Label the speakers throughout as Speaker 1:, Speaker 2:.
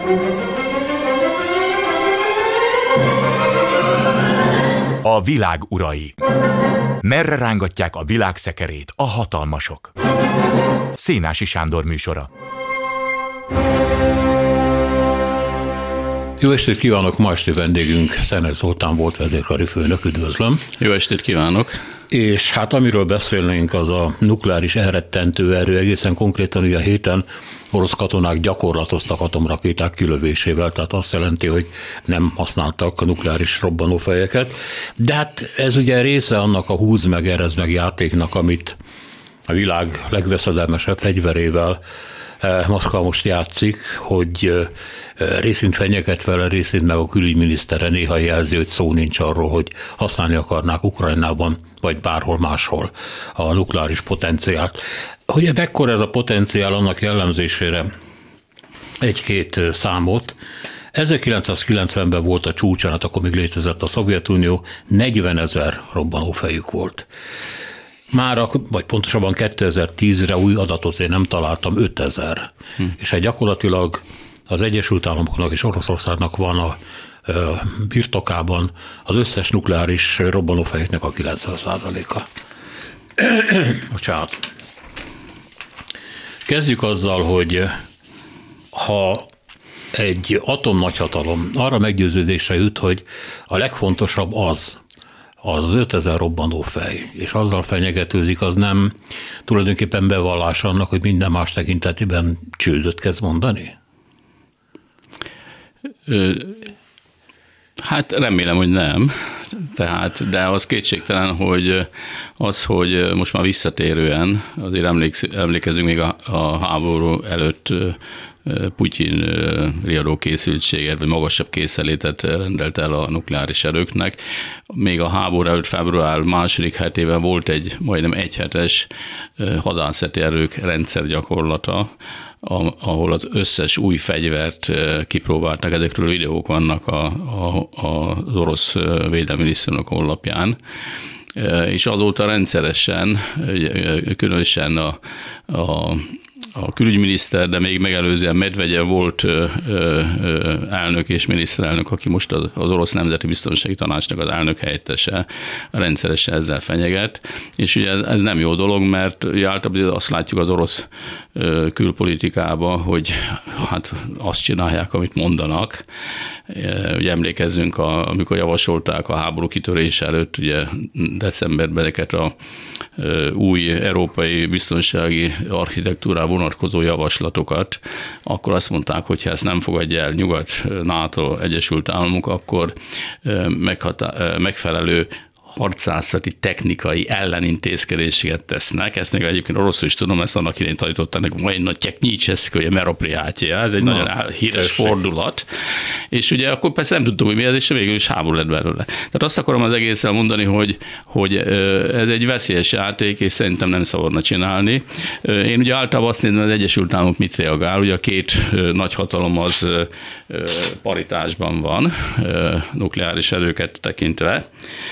Speaker 1: A világ urai. Merre rángatják a világ szekerét a hatalmasok? Szénási Sándor műsora.
Speaker 2: Jó estét kívánok! Ma esti vendégünk Szener Zoltán volt vezérkari főnök, üdvözlöm.
Speaker 3: Jó estét kívánok!
Speaker 2: És hát amiről beszélnénk, az a nukleáris elrettentő erő, egészen konkrétan ugye a héten orosz katonák gyakorlatoztak atomrakéták kilövésével, tehát azt jelenti, hogy nem használtak nukleáris robbanófejeket. De hát ez ugye része annak a húz meg, erez meg játéknak, amit a világ legveszedelmesebb fegyverével Moszkva most játszik, hogy részint fenyeget vele, részint meg a külügyminisztere néha jelzi, hogy szó nincs arról, hogy használni akarnák Ukrajnában, vagy bárhol máshol a nukleáris potenciált. Hogy mekkora ez a potenciál, annak jellemzésére egy-két számot. 1990-ben volt a csúcson, hát akkor még létezett a Szovjetunió, 40 000 robbanófejük volt. Mára, vagy pontosabban 2010-re új adatot én nem találtam, 5000. És hát gyakorlatilag az Egyesült Államoknak és Oroszországnak van a birtokában az összes nukleáris robbanófejeknek a 90%-a. Bocsánat. Kezdjük azzal, hogy ha egy atomnagyhatalom arra meggyőződésre jut, hogy a legfontosabb az 5000 robbanófej, és azzal fenyegetőzik, az nem tulajdonképpen bevallás annak, hogy minden más tekintetében csődöt kezd mondani?
Speaker 3: Hát remélem, hogy nem. Tehát, de az kétségtelen, hogy most már visszatérően, azért emlékezünk még a háború előtt Putyin riadókészültséget, vagy magasabb készenlétet rendelt el a nukleáris erőknek. Még a háború előtt február második hetében volt egy majdnem egyhetes hadászati erők rendszergyakorlata, ahol az összes új fegyvert kipróbáltak, ezekről videók vannak az orosz védelmi minisztériumok honlapján, és azóta rendszeresen, különösen a külügyminiszter, de még megelőzően Medvegyev volt elnök és miniszterelnök, aki most az Orosz Nemzeti Biztonsági Tanácsnak az elnök helyettese, rendszeresen ezzel fenyeget. És ugye ez nem jó dolog, mert általában azt látjuk az orosz külpolitikában, hogy hát azt csinálják, amit mondanak. Ugye emlékezzünk, amikor javasolták a háború kitörése előtt, ugye decemberben ezeket a új európai biztonsági architektúrára vonatkozó javaslatokat, akkor azt mondták, hogy ha ezt nem fogadja el Nyugat, NATO, Egyesült Államok, akkor megfelelő harcászati technikai ellenintézkedéseket tesznek. Ezt még egyébként oroszul is tudom, ezt annak idején tanították, vojna technicheskoje meroprijátje. Ez egy nagyon híres fordulat. És ugye akkor persze nem tudtuk, hogy mi ez, és végül is háború lett belőle. Tehát azt akarom az egészen mondani, hogy ez egy veszélyes játék, és szerintem nem szabadna csinálni. Én ugye általában azt nézem, hogy az Egyesült Államok mit reagál. Ugye a két nagyhatalom az paritásban van, nukleáris erőket tekintve.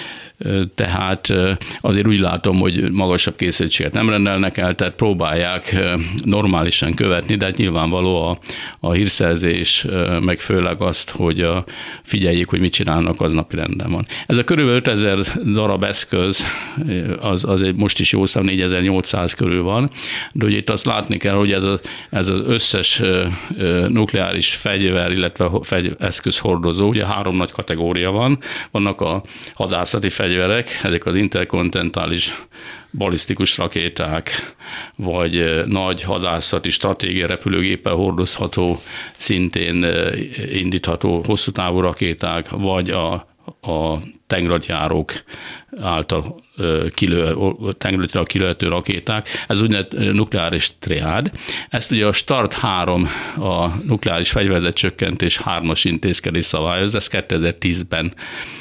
Speaker 3: Tehát azért úgy látom, hogy magasabb készültséget nem rendelnek el, tehát próbálják normálisan követni, de hát nyilvánvaló a hírszerzés, meg főleg azt, hogy figyeljék, hogy mit csinálnak, az napi renden van. Ez a körülbelül 5000 darab eszköz, az egy most is jó szám, 4800 körül van, de ugye itt azt látni kell, hogy ez az összes nukleáris fegyver, illetve eszközhordozó, ugye 3 nagy kategória van, vannak a hadászati fegyverek, ezek az interkontinentális balisztikus rakéták, vagy nagy hadászati stratégiai repülőgéppel hordozható, szintén indítható hosszú távú rakéták, vagy a tengeralattjárók által kilőhető rakéták, ez úgynevezett nukleáris triád. Ezt ugye a Start 3, a nukleáris fegyverzet csökkentés 3-as intézkedés szabályoz, ezt 2010-ben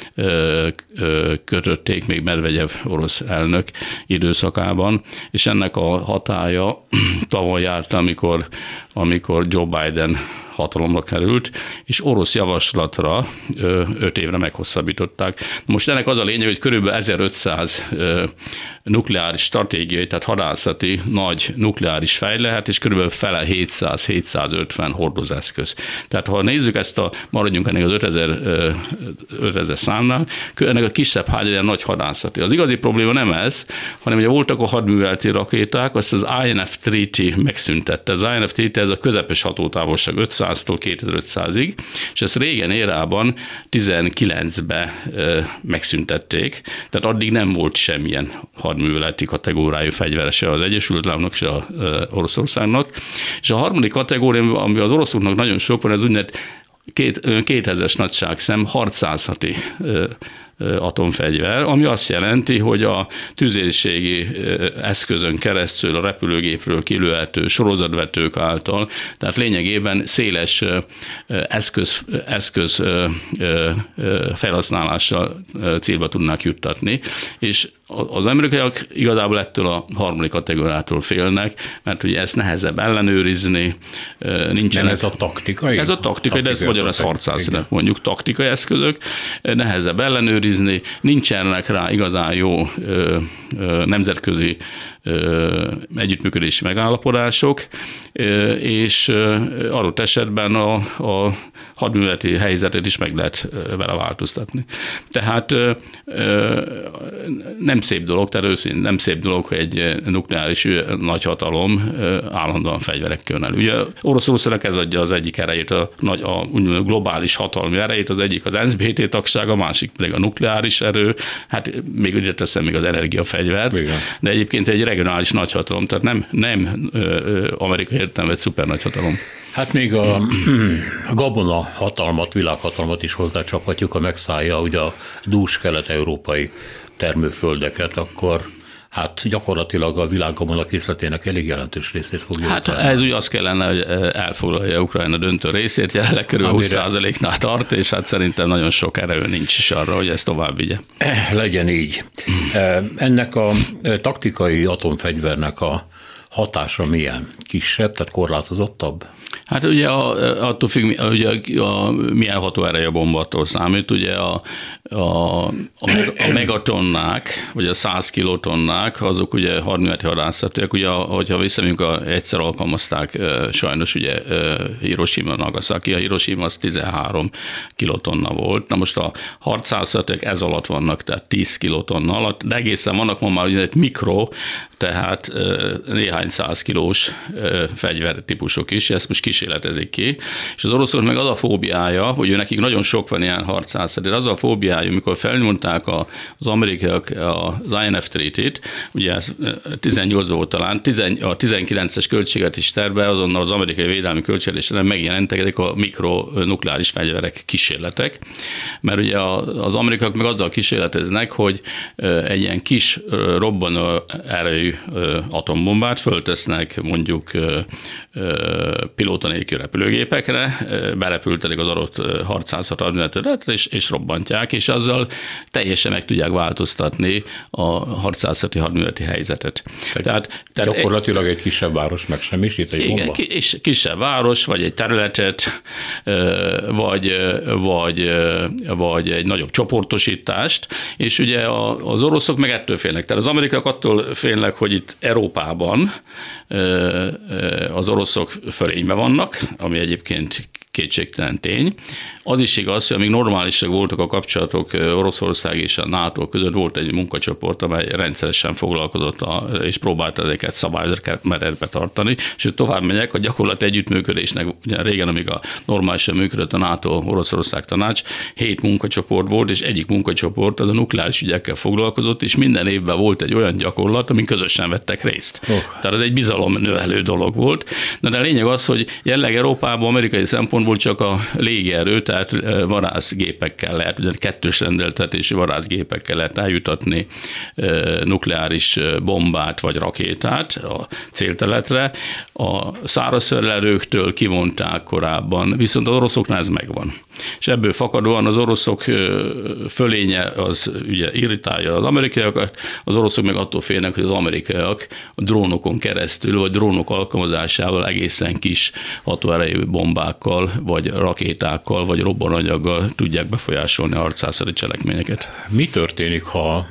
Speaker 3: kötötték még Medvegyev orosz elnök időszakában, és ennek a hatálya tavaly járt, amikor Joe Biden hatalomra került, és orosz javaslatra 5 évre meghosszabbították. Most ennek az a lényeg, hogy körülbelül 1500 nukleáris stratégiai, tehát hadászati nagy nukleáris fej lehet, és körülbelül fele 700-750 hordozóeszköz. Tehát ha nézzük maradjunk ennek az 5000 számnál, ennek a kisebb hányadán nagy hadászati. Az igazi probléma nem ez, hanem ugye voltak a hadműveleti rakéták, azt az INF Treaty megszüntette. Az INF Treaty ez a közepes hatótávolság 500-tól 2500-ig, és ezt régen érában 19-ben megszüntették, tehát addig nem volt semmilyen hadműveleti kategóriájú fegyvere se az Egyesült Államoknak, se az Oroszországnak. És a harmadik kategória, ami az oroszoknak nagyon sok van, ez úgynevezett 2000-es nagyságszem harcászati atomfegyver, ami azt jelenti, hogy a tüzérségi eszközön keresztül a repülőgépről kilőhető sorozatvetők által, tehát lényegében széles eszköz felhasználással célba tudnák juttatni, és az amerikaiak igazából ettől a harmadik kategóriától félnek, mert ugye ezt nehezebb ellenőrizni, nincsenek.
Speaker 2: Nem ez a taktikai?
Speaker 3: Ez a taktikai, de ezt magyarul harcászat, mondjuk taktikai eszközök, nehezebb ellenőrizni, nincsenek rá igazán jó nemzetközi együttműködési megállapodások, és adott esetben a hadműveleti helyzetet is meg lehet vele változtatni. Tehát nem szép dolog, tehát őszintén nem szép dolog, hogy egy nukleáris nagyhatalom állandóan fegyverekkel jön el. Ugye Oroszországnak ez adja az egyik erejét, a globális hatalmi erejét, az egyik az NSBT tagság, a másik pedig a nukleáris erő, hát még ugye teszem még az energiafegyvert, de egyébként egy regionális nagyhatalom, tehát nem Amerika értelme egy szuper nagyhatalom.
Speaker 2: Hát még a gabona hatalmat, világhatalmat is hozzácsaphatjuk, ha megszállja ugye a dús kelet-európai termőföldeket, akkor hát gyakorlatilag a világ gabona készletének elég jelentős részét fogja.
Speaker 3: Hát ez úgy azt kellene, hogy elfoglalja Ukrajna döntő részét, jelenleg kb. 20%-nál tart, és hát szerintem nagyon sok erő nincs is arra, hogy ezt tovább vigye.
Speaker 2: Legyen így. Ennek a taktikai atomfegyvernek a hatása milyen? Kisebb, tehát korlátozottabb?
Speaker 3: Hát ugye attól függ, ugye milyen hatóereje a bomba, attól számít, ugye a megatonnák, vagy a 100 kilotonnák, azok ugye hadműveleti hadászatúak, ugye, hogyha visszamegyünk, egyszer alkalmazták sajnos ugye Hiroshima, Nagasaki, a Hiroshima az 13 kilotonna volt, na most a harcászatúak ez alatt vannak, tehát 10 kilotonna alatt, de egészen vannak ma már ugye mikro, tehát néhány 100 kilós fegyvertípusok is, ezt most kísérletezik ki, és az oroszok meg az a fóbiája, hogy nekik nagyon sok van ilyen harcászat, az a fóbiája, amikor felmondták az amerikaiak az INF Treaty-t, ugye ez 18-ban volt talán, a 19-es költségvetés tervbe azonnal az amerikai védelmi költségvetésben megjelentek ezek a mikronukleáris fegyverek kísérletek, mert ugye az amerikaiak meg azzal kísérleteznek, hogy egy ilyen kis robbanó erejű atombombát föltesznek mondjuk pilóta nélkül repülőgépekre, berepültelik az adott harcászat hadműveletre, és robbantják, és azzal teljesen meg tudják változtatni a harcászati hadműveleti helyzetet. Tehát
Speaker 2: gyakorlatilag egy kisebb város megsemmisít egy bomba?
Speaker 3: Igen, és kisebb város, vagy egy területet, vagy egy nagyobb csoportosítást, és ugye az oroszok meg ettől félnek. Tehát az amerikaiak attól félnek, hogy itt Európában az oroszok fölényben vannak, ami egyébként kétségtelen tény. Az is igaz, hogy amíg normálisak voltak a kapcsolatok Oroszország és a NATO között, volt egy munkacsoport, amely rendszeresen foglalkozott és próbálta ezeket szabályokat tartani, és hogy tovább megyek, a gyakorlati együttműködésnek ugye régen, amíg a normálisan működött a NATO-Oroszország tanács, 7 munkacsoport volt, és egyik munkacsoport az a nukleáris ügyekkel foglalkozott, és minden évben volt egy olyan gyakorlat, amin közösen vettek részt. Tehát ez egy bizalomnövelő dolog volt. De a lényeg az, hogy jelenleg Európában amerikai szempontból csak a légierő, tehát vadászgépekkel lehet, ugye kettős rendeltetésű vadászgépekkel lehet eljutatni nukleáris bombát vagy rakétát a célterületre. A szárazfölderőktől kivonták korábban, viszont az oroszoknál ez megvan. És ebből fakadóan az oroszok fölénye az ugye irritálja az amerikaiakat, az oroszok meg attól félnek, hogy az amerikaiak a drónokon keresztül, vagy drónok alkalmazásával egészen kis hatóerejű bombákkal, vagy rakétákkal, vagy robbananyaggal tudják befolyásolni a harcászati cselekményeket.
Speaker 2: Mi történik, ha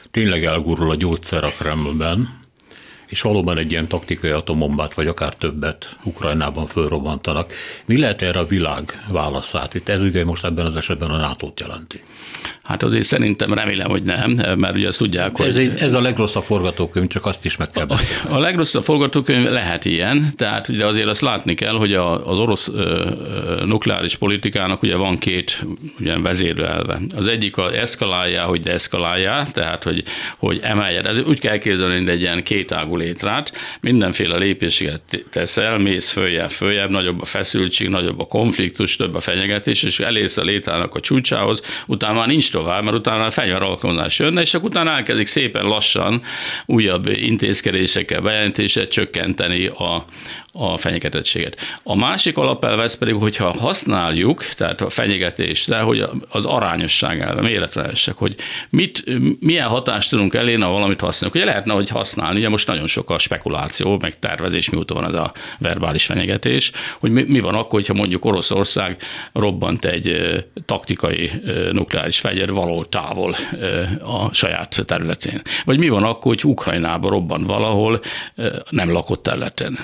Speaker 2: tényleg elgurul a gyógyszer a Kremlben, és valóban egy ilyen taktikai atombombát, vagy akár többet Ukrajnában fölrobbantanak. Mi lehet erre a világ válaszát? Itt ez ugye most ebben az esetben a NATO-t jelenti.
Speaker 3: Hát azért szerintem remélem, hogy nem, mert ugye azt tudják, hogy...
Speaker 2: Ez a legrosszabb forgatókönyv, csak azt is meg kell beszélni.
Speaker 3: A legrosszabb forgatókönyv lehet ilyen, tehát ugye azért azt látni kell, hogy az orosz nukleáris politikának ugye van két ugye vezérőelve. Az egyik az eszkalálja, hogy deeszkalálja, tehát hogy emeljed. Ez úgy kell képzelni, hogy egy ilyen kétágú létrát, mindenféle lépéseket teszel, mész följebb, nagyobb a feszültség, nagyobb a konfliktus, több a fenyegetés, és elérsz a létrának a csúcsához, utána már nincs tovább, mert utána a fegyveralkalmazás jönne, és akkor utána elkezdik szépen lassan újabb intézkedésekkel, bejelentéssel csökkenteni a fenyegetettséget. A másik alapelv ez pedig, hogyha használjuk, tehát a fenyegetésre, hogy az arányosság elve, méretrányosság, hogy milyen hatást tudunk elérni, ha valamit használjuk. Ugye lehetne, hogy használni, ugye most nagyon sok a spekuláció, meg tervezés, mióta van ez a verbális fenyegetés, hogy mi van akkor, hogyha mondjuk Oroszország robbant egy taktikai nukleáris fegyver valahol távol a saját területén. Vagy mi van akkor, hogy Ukrajnába robbant valahol nem lakott területen.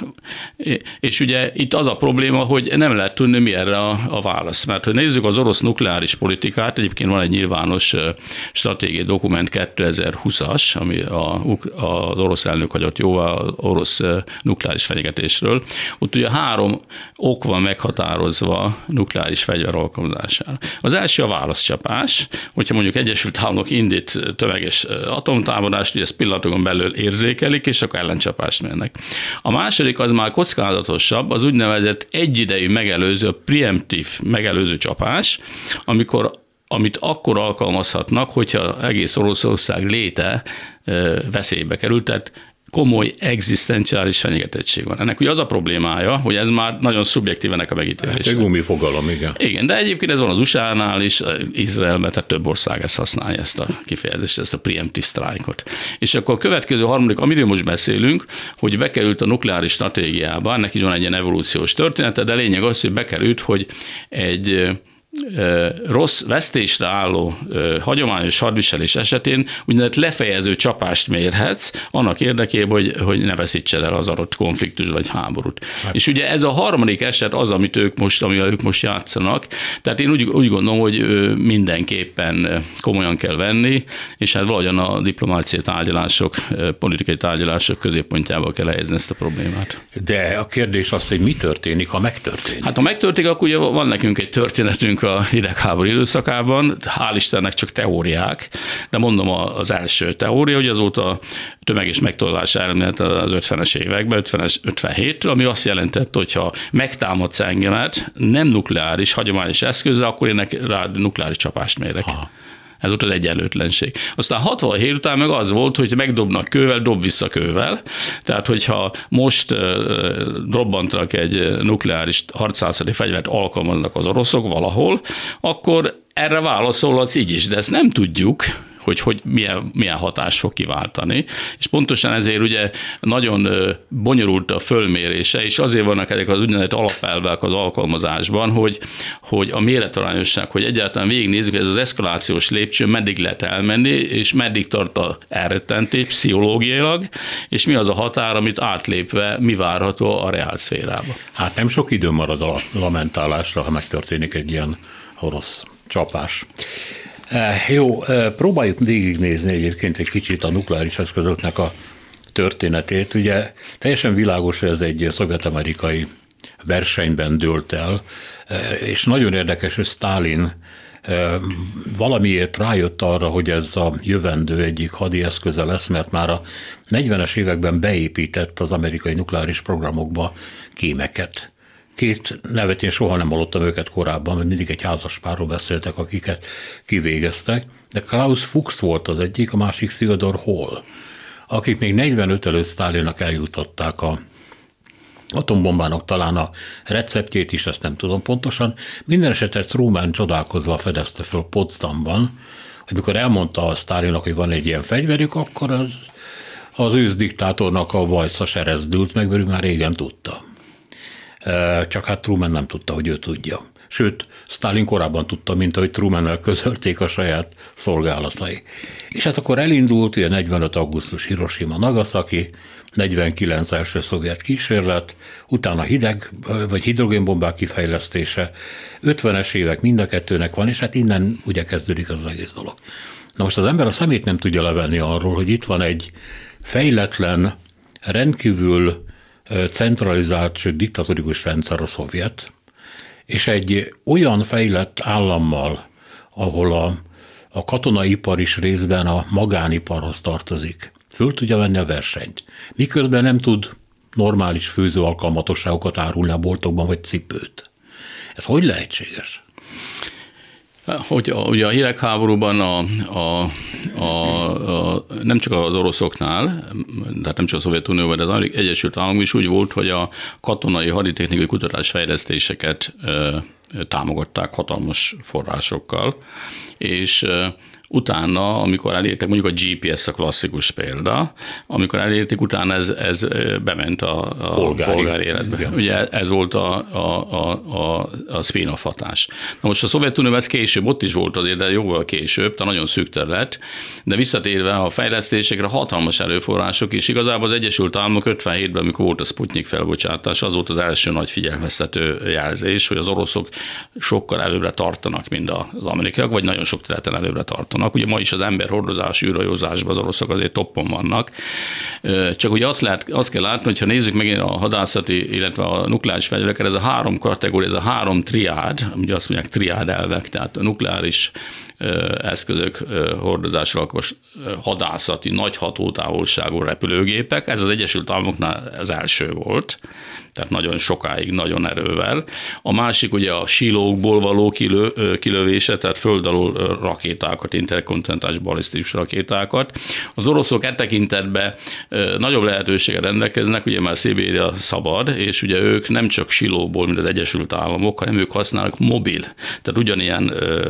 Speaker 3: És ugye itt az a probléma, hogy nem lehet tudni, mi erre a válasz. Mert hogy nézzük az orosz nukleáris politikát, egyébként van egy nyilvános stratégiai dokument 2020-as, ami az orosz elnök hagyott jóvá az orosz nukleáris fenyegetésről. Ott ugye 3 ok van meghatározva nukleáris fegyver alkalmazására. Az első a válaszcsapás, hogyha mondjuk Egyesült Államok indít tömeges atomtámadást, ugye ezt pillanatokon belül érzékelik, és akkor ellencsapást mérnek. A második az már kockázatosabb, az úgynevezett egyidejű megelőző, preemptív megelőző csapás, amit akkor alkalmazhatnak, hogyha egész Oroszország léte veszélybe került, tehát komoly egzisztenciális fenyegetettség van. Ennek ugye az a problémája, hogy ez már nagyon szubjektív ennek a megítélése.
Speaker 2: Egy gumifogalom, igen.
Speaker 3: Igen, de egyébként ez van az USA-nál is, Izraelben, tehát több ország ezt használja, ezt a kifejezést, ezt a preemptive strike-ot. És akkor a következő harmadik, amiről most beszélünk, hogy bekerült a nukleáris stratégiába, ennek is van egy ilyen evolúciós története, de lényeg az, hogy bekerült, hogy egy rossz vesztésre álló hagyományos hadviselés esetén úgynevezett lefejező csapást mérhetsz annak érdekében, hogy ne veszítsed el az adott konfliktus vagy háborút. Hát. És ugye ez a harmadik eset az, amivel ők most játszanak, tehát én úgy gondolom, hogy mindenképpen komolyan kell venni, és hát valahogyan a diplomáciai tárgyalások, politikai tárgyalások középpontjába kell helyezni ezt a problémát.
Speaker 2: De a kérdés az, hogy mi történik, ha megtörténik?
Speaker 3: Hát ha megtörténik, akkor ugye van nekünk egy történetünk a hidegháború időszakában, hál' Istennek csak teóriák, de mondom az első teória, hogy azóta tömeges megtorlás elmélet az 50-es években, 57-től, ami azt jelentett, hogyha megtámadsz engemet nem nukleáris, hagyományos eszközzel, akkor én rá nukleáris csapást mérek. Aha. Ez volt az egyenlőtlenség. Aztán 67 után meg az volt, hogy megdobnak kővel, dob vissza kővel. Tehát, hogyha most robbantanak egy nukleáris harcászati fegyvert, alkalmaznak az oroszok valahol, akkor erre válaszolhatsz így is, de ezt nem tudjuk, hogy milyen hatást fog kiváltani. És pontosan ezért ugye nagyon bonyolult a fölmérése, és azért vannak ezek az úgynevezett alapelvek az alkalmazásban, hogy a méretarányosság, hogy egyáltalán végignézzük, hogy ez az eszkalációs lépcső meddig lehet elmenni, és meddig tart a elrettentés pszichológiailag, és mi az a határ, amit átlépve mi várható a reálszférába.
Speaker 2: Hát nem sok idő marad a lamentálásra, ha megtörténik egy ilyen orosz csapás. Jó, próbáljuk végignézni egyébként egy kicsit a nukleáris eszközöknek a történetét. Ugye teljesen világos, hogy ez egy szovjet-amerikai versenyben dőlt el, és nagyon érdekes, hogy Sztálin valamiért rájött arra, hogy ez a jövendő egyik hadi eszköze lesz, mert már a 40-es években beépített az amerikai nukleáris programokba kémeket. 2 nevet én soha nem hallottam őket korábban, mert mindig egy házaspárról beszéltek, akiket kivégeztek, de Klaus Fuchs volt az egyik, a másik Theodor Hall, akik még 45 előtt Sztálinnak eljutották a atombombának talán a receptjét is, ezt nem tudom pontosan. Minden esetre Truman csodálkozva fedezte föl Potsdamban, hogy mikor elmondta a Sztálinnak, hogy van egy ilyen fegyverük, akkor az őszdiktátornak a bajsza serezdült meg, mert ő már régen tudta. Csak hát Truman nem tudta, hogy ő tudja. Sőt, Sztálin korábban tudta, mint ahogy Trumannel közölték a saját szolgálatai. És hát akkor elindult, ugye 45. augusztus Hiroshima, Nagasaki, 49 első szovjet kísérlet, utána hidrogénbombák kifejlesztése, 50-es évek mind a kettőnek van, és hát innen ugye kezdődik az egész dolog. Na most az ember a szemét nem tudja levenni arról, hogy itt van egy fejletlen, rendkívül centralizált, sőt diktatórikus rendszer a szovjet, és egy olyan fejlett állammal, ahol a katonai ipar is részben a magániparhoz tartozik, föl tudja venni a versenyt, miközben nem tud normális főző alkalmatosságokat árulni a boltokban, vagy cipőt. Ez hogy lehetséges?
Speaker 3: Hogy ugye a hidegháborúban nem csak az oroszoknál, tehát nem csak a Szovjetunióban, de az Egyesült Államok is úgy volt, hogy a katonai haditechnikai kutatásfejlesztéseket támogatták hatalmas forrásokkal, és utána, amikor elértek, mondjuk a GPS a klasszikus példa, amikor elérték, utána ez bement a polgári életbe. Igen. Ugye ez volt a spin-off hatás. Na most a Szovjetunióban ez később, ott is volt azért, de jóval később, tehát nagyon szűk terület, de visszatérve a fejlesztésekre hatalmas erőforrások, és igazából az Egyesült Államok 57-ben, amikor volt a Sputnik felbocsátás, az volt az első nagy figyelmeztető jelzés, hogy az oroszok sokkal előbbre tartanak, mint az amerikaiak, vagy nagyon sok területen előbbre tartanak. Ugye ma is az emberhordozás, űrhajózásban az oroszok azért toppon vannak. Csak ugye azt kell látni, hogyha nézzük megint a hadászati, illetve a nukleáris fegyvereket, ez a három kategória, ez a három triád, ugye azt mondják triád elvek, tehát a nukleáris eszközök hordozásra alkalmas hadászati, nagy hatótávolságú repülőgépek, ez az Egyesült Államoknál az első volt, tehát nagyon sokáig, nagyon erővel. A másik ugye a silókból való kilövése, tehát föld alól rakétákat, interkontinentális balisztikus rakétákat. Az oroszok e tekintetben nagyobb lehetőséggel rendelkeznek, ugye már Szibéria szabad, és ugye ők nem csak silóból, mint az Egyesült Államok, hanem ők használnak mobil, tehát ugyanilyen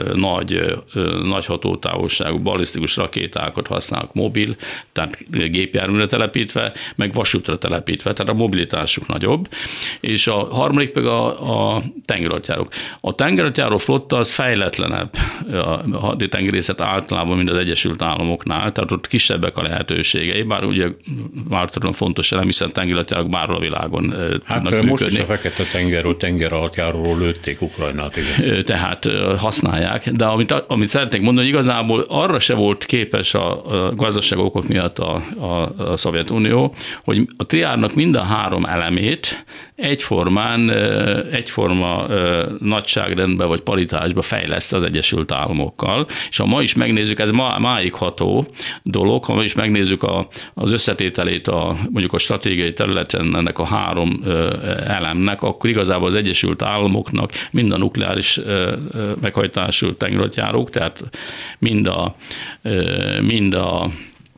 Speaker 3: nagy hatótávolságú balisztikus rakétákat használnak mobil, tehát gépjárműre telepítve, meg vasútra telepítve, tehát a mobilitásuk nagyobb. És a harmadik pedig a tengeralattjárók. A tengeralattjáró flotta az fejletlenebb a haditengerészet általában, mint az Egyesült Államoknál, tehát ott kisebbek a lehetőségei, bár ugye már tudom fontos elem, hiszen tengeralattjárók bárhol a világon tudnak működni.
Speaker 2: Most is a Fekete-tengerről, tengeralattjáróról lőtték Ukrajnát, igen.
Speaker 3: Tehát használják, de amit szeretnék mondani, hogy igazából arra se volt képes a gazdasági okok miatt a Szovjetunió, hogy a triádnak mind a három elemét egyforma nagyságrendben vagy paritásba fejleszt az Egyesült Államokkal, és ha ma is megnézzük, ez máig ható dolog, ha ma is megnézzük az összetételét mondjuk a stratégiai területen ennek a három elemnek, akkor igazából az Egyesült Államoknak mind a nukleáris meghajtású tengeralattjárók, tehát mind a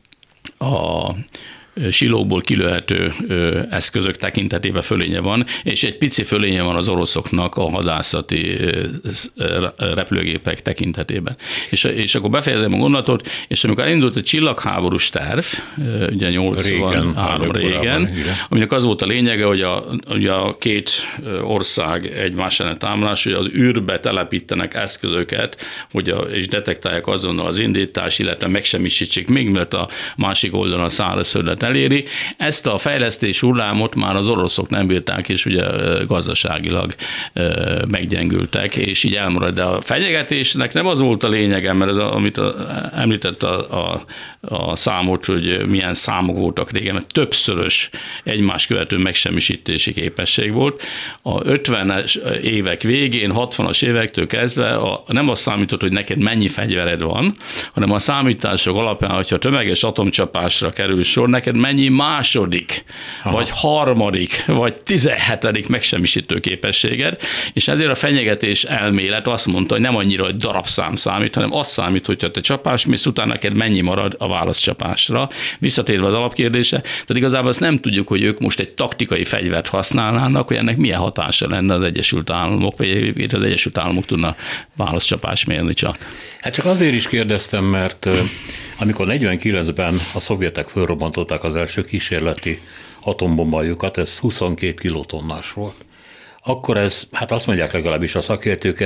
Speaker 3: silókból kilőhető eszközök tekintetében fölénye van, és egy pici fölénye van az oroszoknak a hadászati repülőgépek tekintetében. És akkor befejezem a gondolatot, és amikor elindult a csillagháborús terv, ugye 83 régen, aminek az volt a lényege, hogy a két ország egymás ellen támadás, hogy az űrbe telepítenek eszközöket, és detektálják azonnal az indítás, illetve megsemmisítsék még, mert a másik oldalon a szárazföldet eléri. Ezt a fejlesztés hullámot már az oroszok nem bírták, és ugye gazdaságilag meggyengültek, és így elmarad. De a fenyegetésnek nem az volt a lényege, mert amit említett a számot, hogy milyen számok voltak régen, mert többszörös egymás követő megsemmisítési képesség volt. A 50-es évek végén, 60-as évektől kezdve nem az számított, hogy neked mennyi fegyvered van, hanem a számítások alapján, hogyha tömeges atomcsapásra kerül sor, neked mennyi második, vagy harmadik, vagy 17. megsemmisítő képességed, és ezért a fenyegetés elmélet azt mondta, hogy nem annyira, hogy darabszám számít, hanem azt számít, hogyha te csapás mész, utána neked mennyi marad a válaszcsapásra. Visszatérve az alapkérdése, tehát igazából azt nem tudjuk, hogy ők most egy taktikai fegyvert használnának, hogy ennek milyen hatása lenne az Egyesült Államok, vagy az Egyesült Államok tudna válaszcsapást mérni csak.
Speaker 2: Hát csak azért is kérdeztem, mert amikor 49-ben a szovjetek fölrobbantották az első kísérleti atombombajukat, ez 22 kilotonnás volt. akkor ez, hát azt mondják legalábbis a szakértők,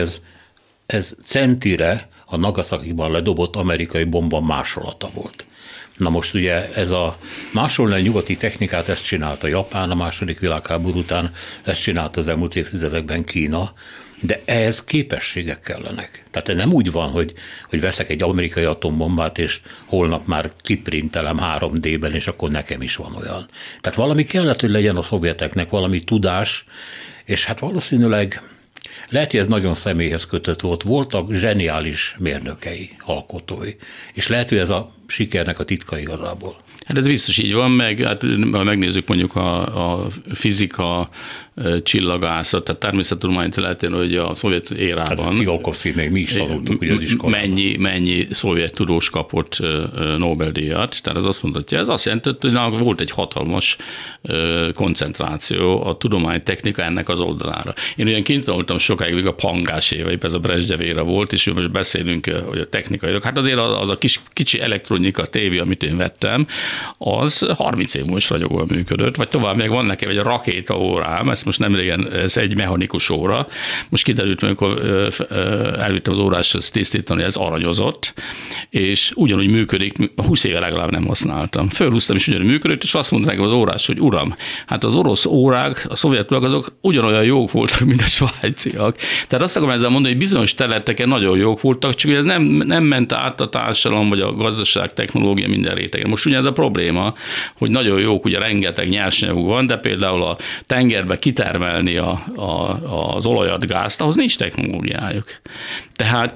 Speaker 2: ez centire a Nagasakiban ledobott amerikai bomba másolata volt. Na most ugye ez a másolni a nyugati technikát, ezt csinálta Japán a második világháború után, ezt csinálta az elmúlt évtizedekben Kína, de ehhez képességek kellenek. Tehát nem úgy van, hogy veszek egy amerikai atombombát, és holnap már kiprintelem 3D-ben, és akkor nekem is van olyan. Tehát valami kellett, hogy legyen a szovjeteknek, valami tudás, és hát valószínűleg lehet, hogy ez nagyon személyhez kötött volt. Voltak zseniális mérnökei, alkotói, és lehet, hogy ez a sikernek a titka igazából.
Speaker 3: Hát ez biztos így van, meg hát, ha megnézzük mondjuk a fizika, csillagászat, tehát természettudomány területén, hogy a szovjet érában. Hát
Speaker 2: Tsiolkovszky, még mi is tanultuk ugye az iskolában.
Speaker 3: Mennyi szovjet tudós kapott Nobel-díjat, tehát ez azt mondhatja, ez azt jelenti, hogy volt egy hatalmas koncentráció a tudománytechnika ennek az oldalára. Én ugyan kint tanultam sokáig, a Pangás éveiben, ez a Brezsnyev ére volt, és most beszélünk, hogy a technikai, hát azért az a kicsi elektronika tévé, amit én vettem, az 30 év most ragyogóan működött, vagy tovább még van nekem egy rakéta órám, ezt most nem régen, ez egy mechanikus óra, most kiderült, amikor elvittem az óráshoz tisztítani, ez aranyozott, és ugyanúgy működik, 20 éve legalább nem használtam. Fölhúztam, és ugyanúgy működött, és azt mondta nekem az órás, hogy uram, hát az orosz órák, a szovjetek azok ugyanolyan jók voltak, mint a svájciak. Tehát azt akarom ezzel mondani, hogy bizonyos területeken nagyon jók voltak, csak ez nem ment át a társadalom, vagy a gazdaság, technológia minden rétegen. Most ugye ez a probléma, hogy nagyon jók, ugye rengeteg nyersanyaguk van, de például a tengerbe kitermelni az olajat, gázt, ahhoz nincs technológiájuk. Tehát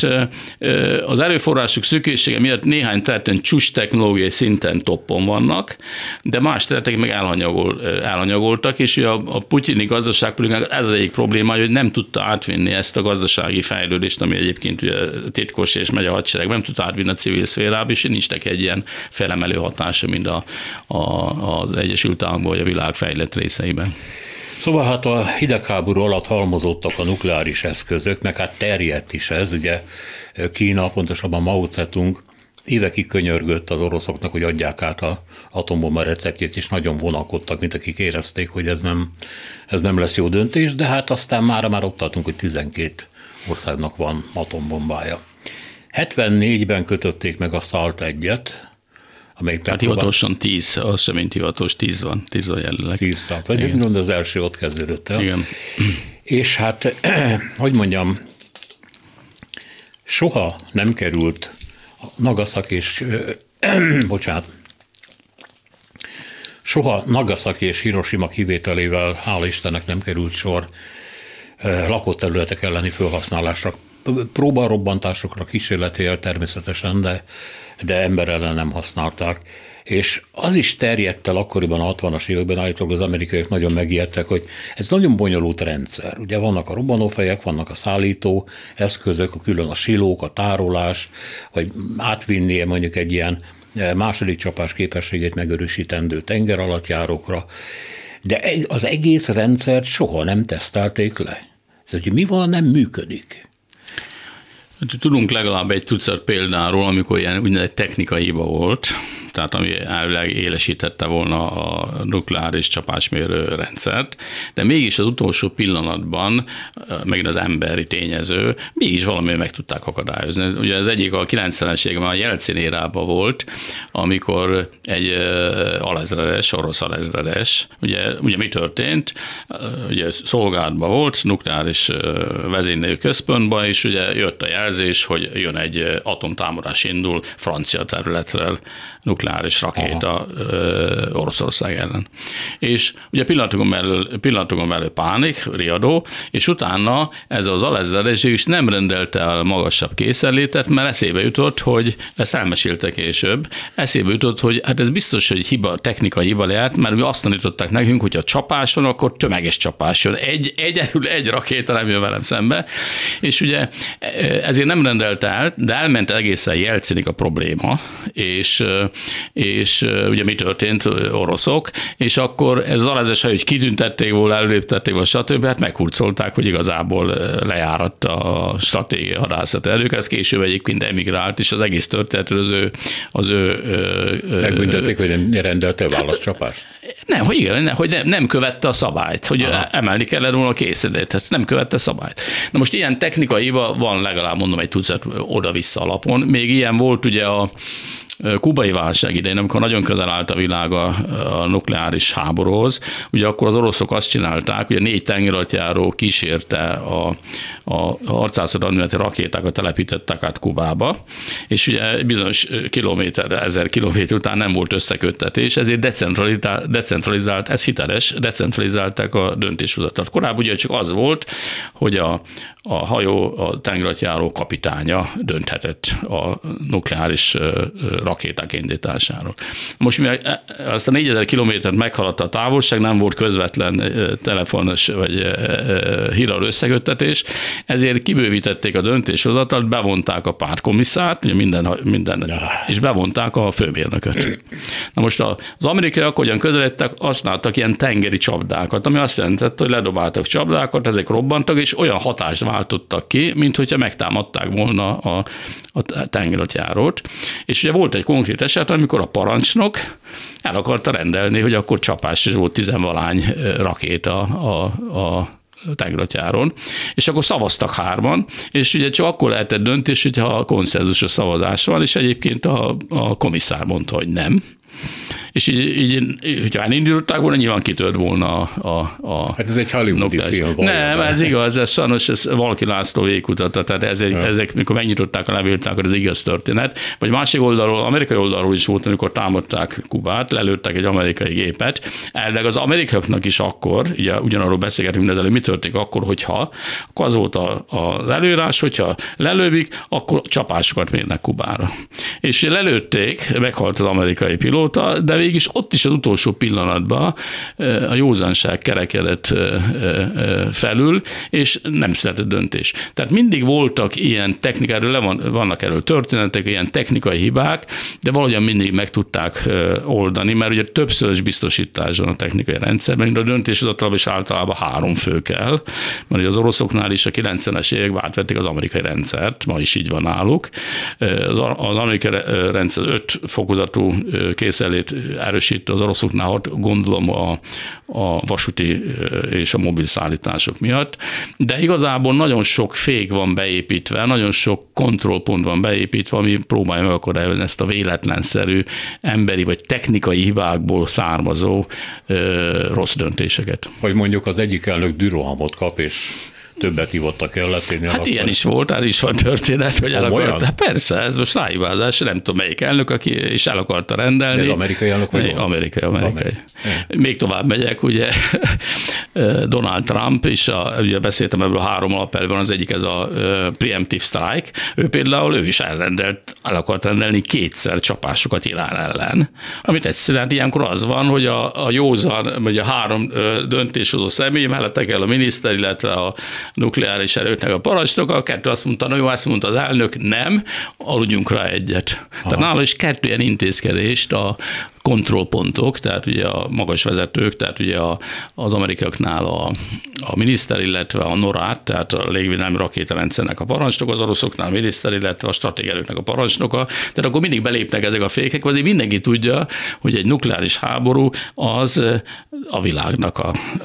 Speaker 3: az erőforrások szűksége miatt néhány területen csúcs technológiai szinten toppon vannak, de más területek meg elhanyagoltak, és a putyini gazdaságpolitikának ez az egyik problémája, hogy nem tudta átvinni ezt a gazdasági fejlődést, ami egyébként ugye titkos és megy a hadsereg, nem tudta átvinni a civil szférába, és nincs egy ilyen felemelő hatása, mint az Egyesült Államokban vagy a világ fejlett részeiben.
Speaker 2: Szóval hát a hidegháború alatt halmozódtak a nukleáris eszközök, meg hát terjedt is ez, ugye Kína, pontosabban Mao Zedong évekig könyörgött az oroszoknak, hogy adják át az atombomba receptjét, és nagyon vonakodtak, mint akik érezték, hogy ez nem lesz jó döntés, de hát aztán már ott tartunk, hogy 12 országnak van atombombája. 74-ben kötötték meg a SALT 1-et,
Speaker 3: hát hivatalosan 10, az sem mint hivatalos, 10 van jelenleg.
Speaker 2: 10 SALT, vagy az első ott kezdődött el.
Speaker 3: Igen.
Speaker 2: És hát, hogy mondjam, soha nem került soha Nagasaki és Hiroshima kivételével, hála Istennek nem került sor lakott területek elleni felhasználásra. Próbarobbantásokra, kísérletére természetesen, de ember ellen nem használták. És az is terjedt el akkoriban, a 60-as években állítólag az amerikaiak nagyon megijedtek, hogy ez nagyon bonyolult rendszer. Ugye vannak a robbanófejek, vannak a szállító eszközök, külön a silók, a tárolás, vagy átvinni mondjuk egy ilyen második csapás képességét megerősítendő tengeralattjárókra, de az egész rendszert soha nem tesztelték le. Hogy mi van, nem működik.
Speaker 3: Tudunk legalább egy tucat példáról, amikor ilyen úgynevezett technikai hiba volt, tehát ami elvileg élesítette volna a nukleáris csapásmérő rendszert, de mégis az utolsó pillanatban, megint az emberi tényező, mégis valamivel meg tudták akadályozni. Ugye az egyik a 90-es években a Jelcin érában volt, amikor egy orosz alezredes, ugye mi történt? Ugye szolgálatban volt, nukleáris vezénylő központban, és ugye jött a jelzés, hogy jön egy atomtámadás indul francia területre, nukleáris rakéta Oroszország ellen. És ugye pillanatokon belül pánik, riadó, és utána ez az alezredes is nem rendelte el magasabb készenlétet, mert eszébe jutott, hogy ezt elmesélte később, eszébe jutott, hogy hát ez biztos, hogy technikai hiba lehet, mert azt tanították nekünk, hogy ha csapás van, akkor tömeges csapás jön. Egy rakéta nem jön velem szembe, és ugye ezért nem rendelte el, de elment egészen Jelcinig a probléma, és és ugye mi történt, oroszok, és akkor ez zalezes, hogy kitüntették volna, előléptették volna, stb. Hát meghurcolták, hogy igazából lejáradt a stratégiai hadászat erők, ez később egyébként emigrált, és az egész történetről az ő
Speaker 2: megbüntették, hogy nem rendelte válaszcsapást?
Speaker 3: Nem, hogy igen, hogy nem követte a szabályt, hogy emelni kellett volna a készletet, nem követte a szabályt. Na most ilyen technikai hiba van legalább, mondom, egy tucat oda-vissza alapon. Még ilyen volt ugye a kubai válság idején, amikor nagyon közel állt a világ a nukleáris háborúhoz, ugye akkor az oroszok azt csinálták, hogy a 4 tengeralattjáró kísérte a harcászat-adműveleti rakétákat telepítettek át Kubába, és ugye bizonyos kilométerre, 1000 kilométer után nem volt összeköttetés, ezért decentralizált, ez hiteles, decentralizálták a döntéshozatat. Korábban ugye csak az volt, hogy a hajó, a tengeralattjáró kapitánya dönthetett a nukleáris rakéták indításáról. Most mivel azt a 4000 kilométert meghaladta a távolság, nem volt közvetlen telefonos vagy hírral összeköttetés, ezért kibővítették a döntéshozatalt, bevonták a pártkomisszárt, ugye minden, és bevonták a főmérnököt. Na most az amerikaiak, hogyan közeledtek, használtak ilyen tengeri csapdákat, ami azt jelentett, hogy ledobáltak csapdákat, ezek robbantak, és olyan hatást váltottak ki, mint hogyha megtámadták volna a tengeralattjárót. És ugye volt egy konkrét eset, amikor a parancsnok el akarta rendelni, hogy akkor csapás, és volt 10-valány rakéta a tengeralattjáron, és akkor szavaztak 3-an, és ugye csak akkor lehetett döntés, hogyha konszenzusos szavazás van, és egyébként a komisszár mondta, hogy nem. És így hogyha elindították volna, nyilván kitört volna a
Speaker 2: hát ez egy hollywoodi film.
Speaker 3: Nem, ez igaz, ez sajnos ez Valki László végigkutatta, tehát ezek, mikor megnyitották a levélt, akkor ez igaz történet. Vagy másik oldalról, amerikai oldalról is volt, amikor támadták Kubát, lelőttek egy amerikai gépet. Elvileg az amerikaiaknak is akkor, ugye ugyanarról beszélgetünk, de mi történik akkor, hogyha az volt az előírás, hogyha lelővik, akkor csapásokat mérnek Kubára. És ugye lelőtték, meghalt az amerikai pilóta, de végig ott is az utolsó pillanatban a józanság kerekedett felül, és nem született döntés. Tehát mindig voltak ilyen technikáról, vannak erről történetek, ilyen technikai hibák, de valahogyan mindig meg tudták oldani, mert ugye többszörös biztosítás van a technikai rendszerben, mint a döntéshozatalban is általában 3 fő kell, mert ugye az oroszoknál is a 90-es években átvették az amerikai rendszert, ma is így van náluk. Az amerikai rendszer 5 fokozatú készenlét erősítő, az oroszoknál 6, gondolom a vasúti és a mobil szállítások miatt, de igazából nagyon sok fék van beépítve, nagyon sok kontrollpont van beépítve, ami próbálja megakadályozni ezt a véletlenszerű emberi vagy technikai hibákból származó rossz döntéseket.
Speaker 2: Vagy mondjuk az egyik elnök dürohamot kap, és többet hívottak el letérni.
Speaker 3: Hát ilyen is volt, erre is van történet, hogy el akarta. Persze, ez most ráhibázás, nem tudom melyik elnök, aki is el akarta rendelni.
Speaker 2: De az amerikai elnök vagy?
Speaker 3: Amerikai. Még tovább megyek, ugye Donald Trump, és ugye beszéltem ebből a 3 alapelvben, az egyik ez a preemptive strike, ő például is el akart rendelni 2-szer csapásokat Irán ellen, amit egyszerűen ilyenkor az van, hogy a józan, vagy a 3 döntéshozó személy mellett kell a miniszter, illetve a nukleáris erőknek a parancsnoka, a 2 azt mondta, na jó, azt mondta az elnök, nem, aludjunk rá egyet. Tehát nála is 2 ilyen intézkedést a kontrollpontok, tehát ugye a magas vezetők, tehát ugye az amerikaiaknál a miniszter, illetve a NORAD, tehát a légvédelmi rakétarendszernek a parancsnoka, az oroszoknál a miniszter, illetve a stratégielőknek a parancsnoka. Tehát akkor mindig belépnek ezek a fékek, azért mindenki tudja, hogy egy nukleáris háború az a világnak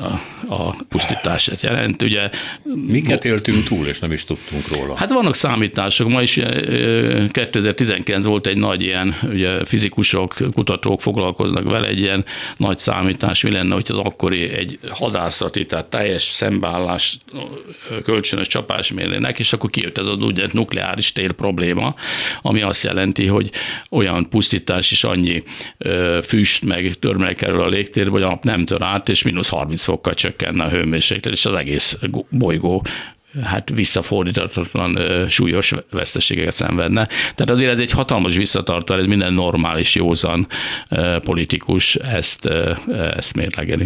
Speaker 3: a pusztítását jelent. Ugye,
Speaker 2: miket éltünk túl, és nem is tudtunk róla?
Speaker 3: Hát vannak számítások. Ma is 2019 volt egy nagy ilyen, ugye fizikusok, kutatók foglalkoznak vele, egy ilyen nagy számítás, mi lenne, hogy az akkori egy hadászati, tehát teljes szembeállás, kölcsönös csapás mérnének, és akkor kijött ez az úgynevezett nukleáris tér probléma, ami azt jelenti, hogy olyan pusztítás is annyi füst meg törmelék kerül a légtérbe, hogy a nap nem tör át, és -30 fokkal csökkenne a hőmérséklet, és az egész bolygó hát visszafordítatlan súlyos veszteségeket szenvedne. Tehát azért ez egy hatalmas visszatartó, ez minden normális, józan politikus ezt mérlegeli.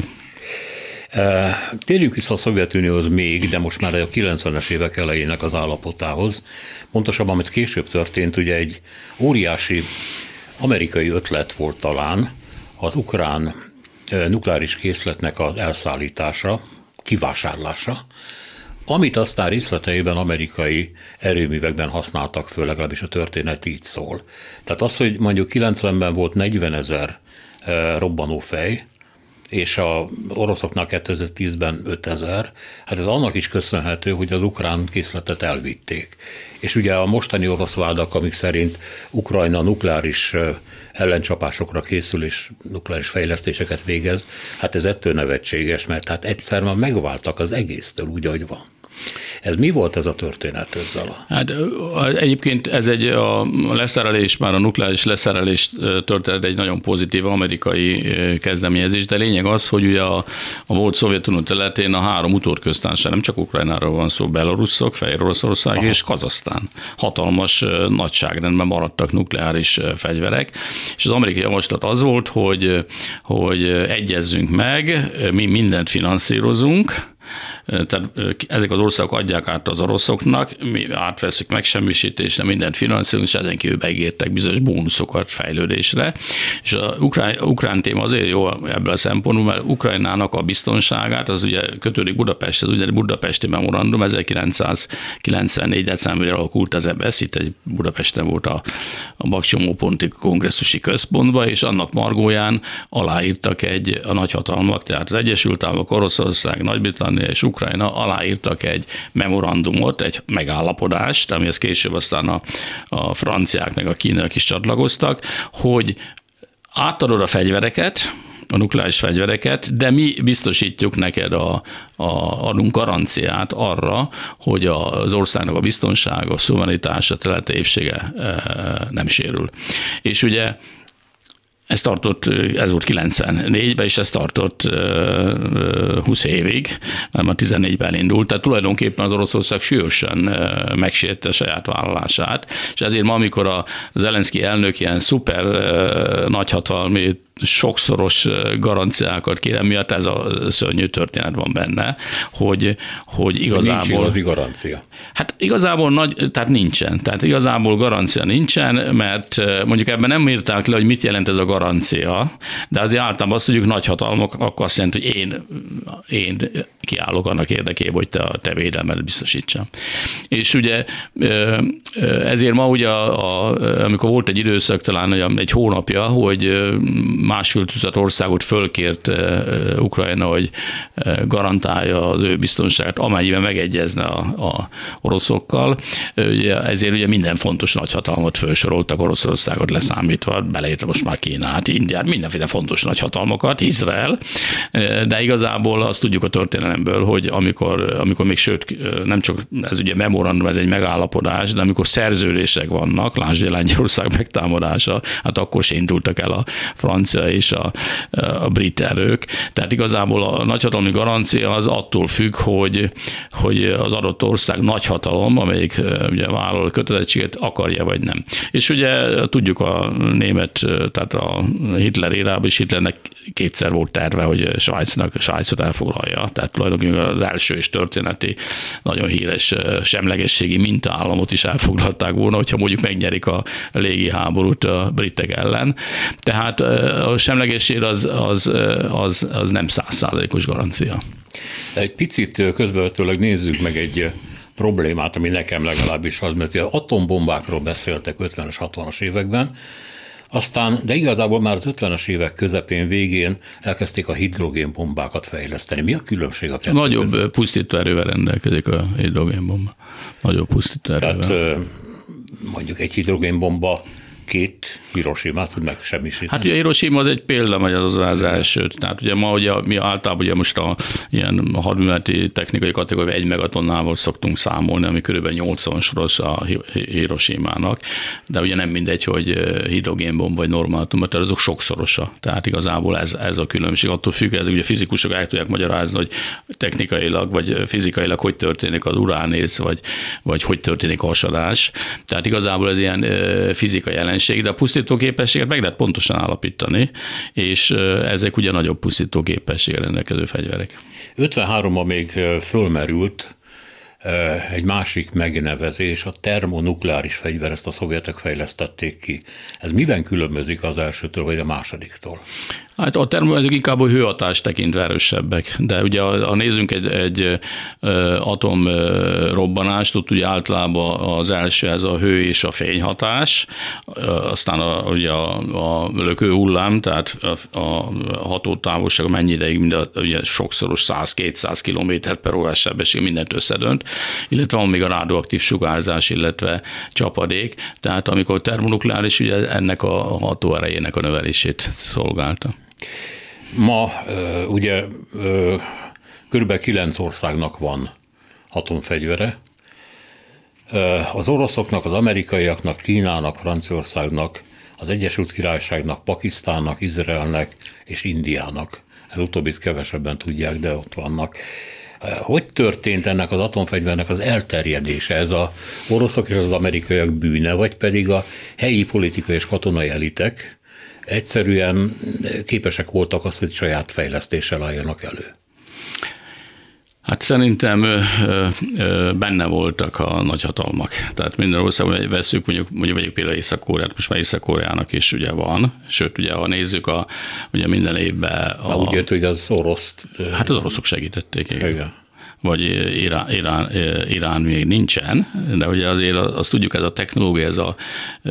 Speaker 2: Térjünk vissza a Szovjetunióhoz még, de most már a 90-es évek elejének az állapotához. Pontosabban, amit később történt, ugye egy óriási amerikai ötlet volt talán az ukrán nukleáris készletnek az elszállítása, kivásárlása, amit aztán részleteiben amerikai erőművekben használtak föl, legalábbis a történet így szól. Tehát az, hogy mondjuk 90-ben volt 40 000 robbanófej, és az oroszoknál 2010-ben 5000, hát ez annak is köszönhető, hogy az ukrán készletet elvitték. És ugye a mostani orosz vádak, amik szerint Ukrajna nukleáris ellencsapásokra készül és nukleáris fejlesztéseket végez, hát ez ettől nevetséges, mert hát egyszer már megváltak az egésztől úgy, ahogy van. Ez mi volt ez a történet ezzel?
Speaker 3: Hát egyébként ez a leszerelés, már a nukleáris leszerelés történet egy nagyon pozitív amerikai kezdeményezés, de lényeg az, hogy ugye a volt Szovjetunió területén a 3 utódköztársaság, nem csak Ukrajnáról van szó, Belorusszok, Fehér Oroszország és Kazahsztán. Hatalmas nagyságrendben maradtak nukleáris fegyverek, és az amerikai javaslat az volt, hogy egyezzünk meg, mi mindent finanszírozunk, tehát ezek az országok adják át az oroszoknak, mi átveszünk megsemmisítésre, mindent finanszírozunk, és ezen kívül megértek bizonyos bónuszokat fejlődésre. És az ukrán téma azért jó ebből a szempontból, mert Ukrajnának a biztonságát, az ugye kötődik Budapesthez, ugye Budapesti Memorandum 1994. decemberre alakult az EBSZ, itt egy Budapesten volt a Bakcsomóponti kongresszusi központban, és annak margóján aláírtak a nagyhatalmak, tehát az Egyesült Államok, Oroszország, Nagy-Britannia és Ukrajna aláírtak egy memorandumot, egy megállapodást, amihez később aztán a franciák meg a kínaiak is csatlakoztak, hogy átadod a fegyvereket, a nukleáris fegyvereket, de mi biztosítjuk neked adunk garanciát arra, hogy az országnak a biztonsága, a szuverenitása, területi épsége nem sérül. És ugye ez volt 94-ben, és ez tartott 20 évig, mert már 14-ben indult, tehát tulajdonképpen az Oroszország súlyosan megsérte a saját vállalását, és ezért ma, amikor a Zelenszky elnök ilyen szuper nagyhatalmi sokszoros garanciákat kérem, miatt ez a szörnyű történet van benne, hogy igazából...
Speaker 2: Nincs igazi garancia.
Speaker 3: Hát igazából tehát nincsen. Tehát igazából garancia nincsen, mert mondjuk ebben nem írták le, hogy mit jelent ez a garancia, de azért általában azt tudjuk, nagyhatalmak, akkor azt jelenti, hogy én kiállok annak érdekében, hogy te védelmet biztosítsam. És ugye ezért ma ugye, amikor volt egy időszak, talán egy hónapja, hogy 1,5 tucat országot fölkért Ukrajna, hogy garantálja az ő biztonságát, amennyiben megegyezne a oroszokkal. Ezért ugye minden fontos nagyhatalmat felsoroltak, Oroszországot leszámítva, beleértve most már Kínát, Indiát, mindenféle fontos nagyhatalmakat, Izrael, de igazából azt tudjuk a történelemből, hogy amikor még sőt, nem csak ez ugye memorandum, ez egy megállapodás, de amikor szerződések vannak, lásd Lengyelország megtámadása, hát akkor se indultak el a francia és a brit erők. Tehát igazából a nagyhatalmi garancia az attól függ, hogy az adott ország nagyhatalom, amelyik ugye vállal kötelezettséget, akarja vagy nem. És ugye tudjuk a német, tehát a Hitler érában is Hitlernek 2-szer volt terve, hogy Svájcot elfoglalja. Tehát tulajdonképpen az első és történeti nagyon híres semlegességi mintaállamot is elfoglalták volna, hogyha mondjuk megnyerik a légiháborút a britek ellen. Tehát a semlegesség az nem 100%-os garancia.
Speaker 2: Egy picit közbevetőleg nézzük meg egy problémát, ami nekem legalábbis az, mert atombombákról beszéltek 50-es, 60-as években, aztán, de igazából már az 50-es évek közepén, végén elkezdték a hidrogénbombákat fejleszteni. Mi a különbség a kettő
Speaker 3: Nagyobb között? Pusztító erővel rendelkezik a hidrogénbomba. Nagyobb pusztító erővel.
Speaker 2: Tehát mondjuk egy hidrogénbomba 2 Hiroshimát tud megsemmisíteni.
Speaker 3: Hát ugye Hiroshima az egy példa, vagy az első. Tehát ugye ma ugye, mi általában ugye most ilyen hadműveleti technikai kategóriában 1 megatonnával szoktunk számolni, ami körülbelül 80-szoros a Hiroshimának, de ugye nem mindegy, hogy hidrogénbomba vagy normátum, tehát azok sokszorosa. Tehát igazából ez a különbség. Attól függ, ez ugye fizikusok el tudják magyarázni, hogy technikailag vagy fizikailag hogy történik az uránész, vagy hogy történik a hasadás. Tehát igazából ez ilyen fizikai jelenség, de a pusztító képességet meg lehet pontosan állapítani, és ezek ugye nagyobb pusztító képességgel rendelkező fegyverek.
Speaker 2: 53-ban még fölmerült egy másik megnevezés, a termonukleáris fegyver, ezt a szovjetek fejlesztették ki. Ez miben különbözik az elsőtől vagy a másodiktól?
Speaker 3: Hát a termometrek inkább a hőhatást tekintve erősebbek, de ugye ha nézzünk egy atomrobbanást, ott ugye általában az első ez a hő és a fényhatás, aztán ugye a lökő hullám, tehát a hatótávolság mennyi ideig, ugye sokszoros 100-200 km/h sebesség mindent összedönt, illetve van még a radioaktív sugárzás, illetve csapadék, tehát amikor termonukleáris, ugye ennek a hatóerejének a növelését szolgálta.
Speaker 2: Ma ugye kb. 9 országnak van atomfegyvere. Az oroszoknak, az amerikaiaknak, Kínának, Franciaországnak, az Egyesült Királyságnak, Pakisztánnak, Izraelnek és Indiának. Ez utóbbit kevesebben tudják, de ott vannak. Hogy történt ennek az atomfegyvernek az elterjedése? Ez az oroszok és az amerikaiak bűne, vagy pedig a helyi politikai és katonai elitek egyszerűen képesek voltak azt, hogy saját fejlesztéssel álljanak elő?
Speaker 3: Hát szerintem benne voltak a nagyhatalmak. Tehát minden országban veszük, mondjuk például Észak-Koreát, most már Észak-Koreának is ugye van, sőt ugye ha nézzük ugye minden évben...
Speaker 2: Úgy jött, hogy az orosz...
Speaker 3: Hát az oroszok segítették. Igen. Vagy Irán még nincsen, de ugye azért azt tudjuk, ez a technológia, ez a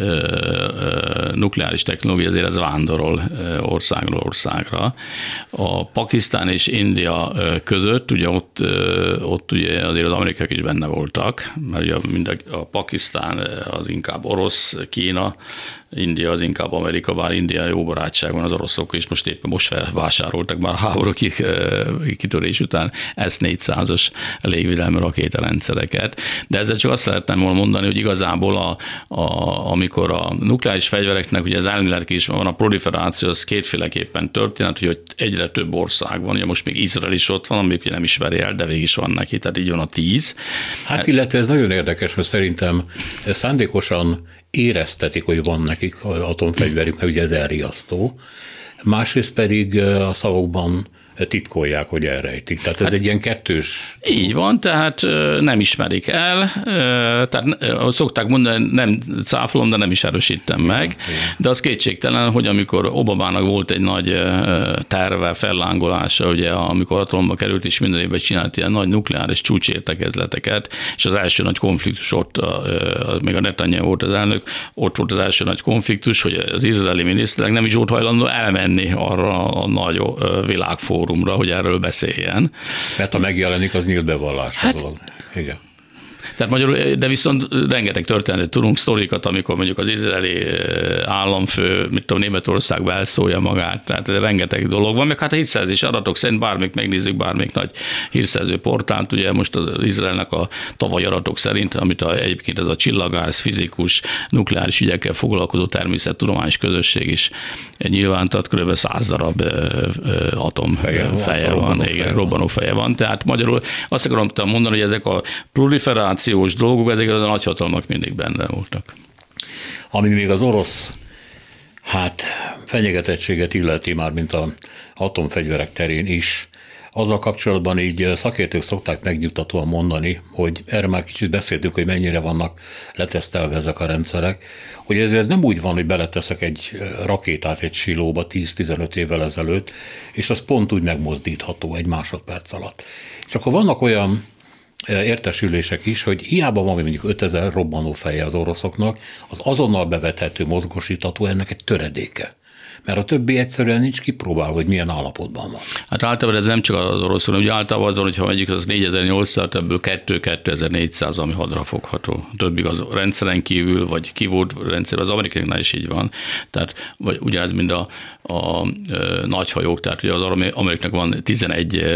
Speaker 3: nukleáris technológia, azért ez vándorol országról országra. A Pakisztán és India között, ugye ott ugye azért az amerikaiak is benne voltak, mert ugye a Pakisztán az inkább orosz, Kína, India az inkább Amerika, bár India jó barátság van az oroszok, és most felvásároltak már a háború kitörés után S-400-as légvédelmi rakétarendszereket. De ezzel csak azt szeretném volna mondani, hogy igazából amikor a nukleáris fegyvereknek, ugye az elmélet is van, a proliferáció, az kétféleképpen történet, hogy egyre több ország van, ugye most még Izrael is ott van, amik nem ismeri el, de végig is van neki, tehát így van a 10.
Speaker 2: Hát illetve ez nagyon érdekes, mert szerintem szándékosan éreztetik, hogy van nekik atomfegyverük, mert ugye ez elriasztó. Másrészt pedig a szavakban titkolják, hogy elrejtik. Tehát ez egy ilyen kettős...
Speaker 3: Így van, tehát nem ismerik el, tehát szokták mondani, nem cáfolom, de nem is erősítem meg, de az kétségtelen, hogy amikor Obamának volt egy nagy terve, fellángolása, ugye amikor hatalomba került, és minden évben csinált ilyen nagy nukleáris csúcsértekezleteket, és az első nagy konfliktus ott, még a Netanyahu volt az elnök, ott volt az első nagy konfliktus, hogy az izraeli miniszterek nem is volt hajlandó elmenni arra a nagy világfórumra, hogy erről beszéljen.
Speaker 2: Mert ha megjelenik, az nyílt bevallás. Hát, dolog. Igen.
Speaker 3: Tehát magyarul, de viszont rengeteg történetet tudunk, sztorikat, amikor mondjuk az izraeli államfő, Németországba elszólja magát, tehát rengeteg dolog van, meg hát a hírszerzési adatok szerint bármik megnézzük, bármik nagy hírszerző portált, ugye most az Izraelnek a tavalyi adatok szerint, amit egyébként ez a csillagász, fizikus, nukleáris ügyekkel foglalkozó természettudományos közösség is nyilvántat, kb. 100 darab atomfeje van, robbanófeje van, tehát magyarul azt akarom mondani, hogy ezek a proliferációs dolgok, ezek a nagyhatalmak mindig benne voltak.
Speaker 2: Ami még az orosz fenyegetettséget illeti már, mint az atomfegyverek terén is, azzal kapcsolatban így szakértők szokták megnyugtatóan mondani, hogy erre már kicsit beszéltük, hogy mennyire vannak letesztelve ezek a rendszerek, hogy ez nem úgy van, hogy beleteszek egy rakétát egy silóba 10-15 évvel ezelőtt, és az pont úgy megmozdítható egy másodperc alatt. És akkor vannak olyan értesülések is, hogy hiába van mondjuk 5000 robbanófeje az oroszoknak, az azonnal bevethető, mozgósítható ennek egy töredéke. Mert a többi egyszerűen nincs kipróbálva, hogy milyen állapotban van.
Speaker 3: Hát általában ez nem csak az orosz, hanem ugye általában az van, hogyha mondjuk az 4800, ebből 2400, ami hadra fogható. A többi az rendszeren kívül, vagy kivót rendszer, az amerikaiaknál is így van. Tehát vagy ugyanez, mint a nagyhajók, tehát ugye az amerikaiaknak van 11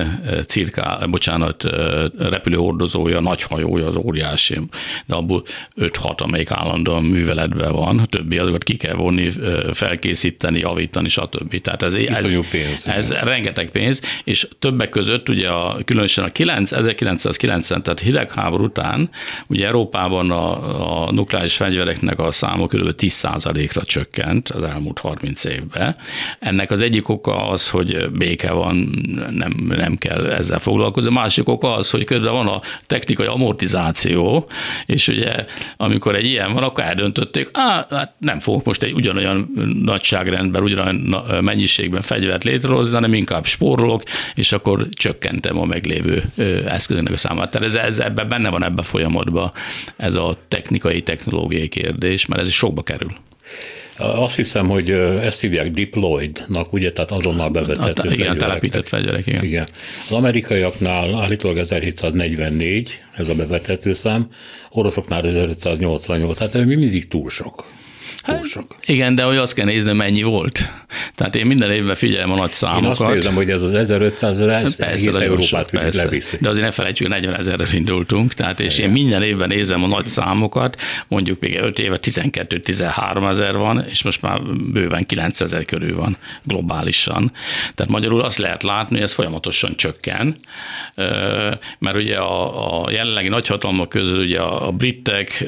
Speaker 3: repülőhordozója, nagyhajója, az óriási, de abból 5-6, amelyik állandóan műveletben van, a többi azokat ki kell vonni, felkészíteni, javítani, stb. Tehát ez rengeteg pénz, és többek között ugye különösen a 1990, tehát hidegháború után ugye Európában a nukleáris fegyvereknek a száma kb. 10%-ra csökkent az elmúlt 30 évben, Ennek az egyik oka az, hogy béke van, nem kell ezzel foglalkozni. A másik oka az, hogy közben van a technikai amortizáció, és ugye amikor egy ilyen van, akkor eldöntötték, hát nem fogok most egy ugyanolyan nagyságrendben, ugyanolyan mennyiségben fegyvert létrehozni, hanem inkább spórolok, és akkor csökkentem a meglévő eszközöknek a számát. Tehát ebben benne van ebben a folyamatban ez a technológiai kérdés, mert ez is sokba kerül.
Speaker 2: Azt hiszem, hogy ezt hívják deployed-nak, ugye, tehát azonnal bevethető fegyverek.
Speaker 3: Igen, telepített fegyverek, igen.
Speaker 2: Az amerikaiaknál állítólag 1744, ez a bevethető szám, oroszoknál 1588, tehát mi mindig túl sok.
Speaker 3: Igen, de hogy azt kell nézni, mennyi volt. Tehát én minden évben figyelem a nagy számokat.
Speaker 2: Én azt nézem, hogy ez az 1500 egész Európát leviszi.
Speaker 3: De azért ne felejtsük, 40 000-re indultunk, tehát és én minden évben nézem a nagy számokat, mondjuk még 5 éve 12-13 ezer van, és most már bőven 9 000 körül van globálisan. Tehát magyarul azt lehet látni, hogy ez folyamatosan csökken, mert ugye a jelenlegi nagyhatalmak közül ugye a britek,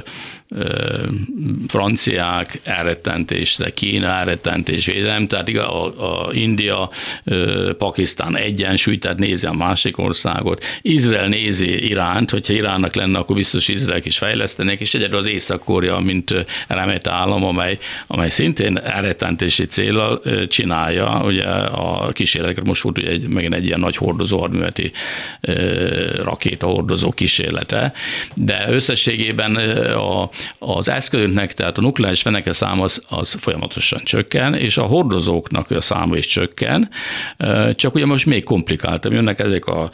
Speaker 3: franciák elrettentésre, Kína elrettentés védelem, tehát a India, Pakisztán egyensúly, tehát nézi a másik országot. Izrael nézi Iránt, hogyha Iránnak lenne, akkor biztos Izraelek is fejlesztenek, és egyedül az Észak-Korea, mint remet állam, amely szintén elrettentési céllal csinálja, ugye a kísérleteket, most volt ugye megint egy ilyen nagy hordozó, hadműveleti rakétahordozó kísérlete, de összességében az eszközöknek, tehát a nukleáris feneke száma az folyamatosan csökken, és a hordozóknak a száma is csökken, csak ugye most még komplikáltabb. Jönnek ezek a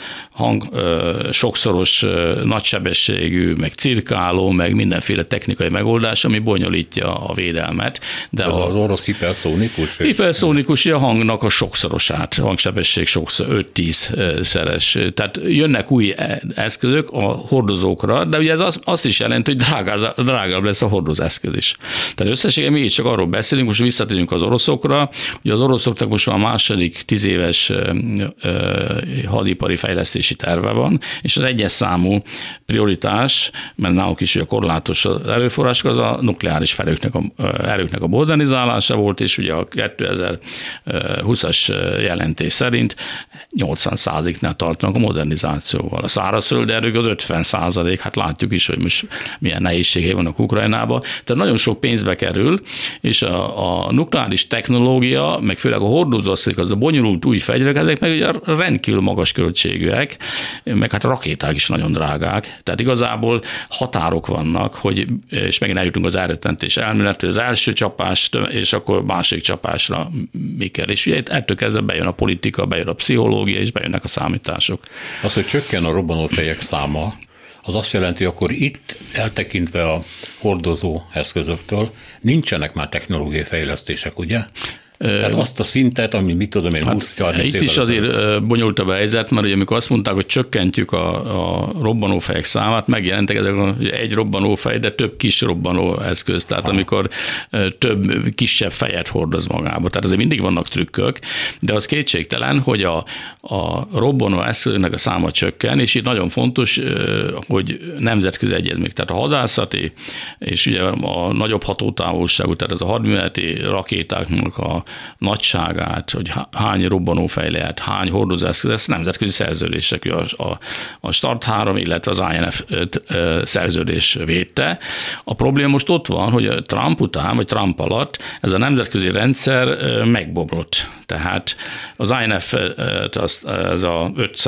Speaker 3: sokszoros, nagysebességű, meg cirkáló, meg mindenféle technikai megoldás, ami bonyolítja a védelmet. De
Speaker 2: ez az orosz hiperszónikus?
Speaker 3: Hiperszónikus, a hangnak a sokszorosát, hangsebesség sokszor 5-10 szeres. Tehát jönnek új eszközök a hordozókra, de ugye ez azt is jelenti, hogy drágább lesz a hordozóeszköz is. Tehát összességében mi csak arról beszélünk, most visszatérünk az oroszokra, hogy az oroszoknak most már a második 10 éves hadipari fejlesztési terve van, és az egyes számú prioritás, mert náluk is ugye korlátos az erőforrások, az a nukleáris erőknek a modernizálása volt, és ugye a 2020-as jelentés szerint 80%-nál tartanak a modernizációval. A szárazföldi erők az 50%, hát látjuk is, hogy most milyen nehézségei vannak Ukrajnában. Tehát nagyon sok pénzbe kerül, és a nukleáris technológia, meg főleg a hordozóeszközök, az a bonyolult új fegyverek, ezek meg ugye rendkívül magas költségűek, meg hát rakéták is nagyon drágák. Tehát igazából határok vannak, és megint eljutunk az elrettentés elméletől, az első csapást, és akkor másik csapásra mi kell. És ugye ettől kezdve bejön a politika, bejön a pszichológia, és bejönnek a számítások.
Speaker 2: Az, hogy csökken a robbanófejek száma, az azt jelenti, hogy akkor itt eltekintve a hordozó eszközöktől nincsenek már technológiai fejlesztések, ugye? Tehát azt a szintet, ami mit tudom én, 20-30 évvel.
Speaker 3: Itt is azért bonyolultabb a helyzet, mert ugye amikor azt mondták, hogy csökkentjük a robbanófejek számát, megjelentek ezek egy robbanófej, de több kis robbanóeszköz, tehát amikor több kisebb fejet hordoz magába. Tehát azért mindig vannak trükkök, de az kétségtelen, hogy a robbanóeszköznek a száma csökken, és itt nagyon fontos, hogy nemzetközi egyezmény. Tehát a hadászati, és ugye a nagyobb hatótávolságú, tehát az a hadműveleti rakétáknak a nagyságát, hogy hány robbanófej lehet, hány hordozóeszköz, ez nemzetközi szerződések, a Start 3, illetve az INF szerződés védte. A probléma most ott van, hogy Trump után, vagy Trump alatt ez a nemzetközi rendszer megbomlott. Tehát az INF, ez a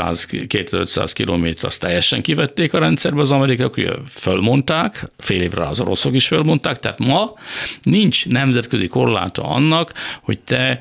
Speaker 3: 2500 kilométer, azt teljesen kivették a rendszerbe az amerikaiak, ugye fölmondták, fél évre az oroszok is fölmondták, tehát ma nincs nemzetközi korláta annak, hogy te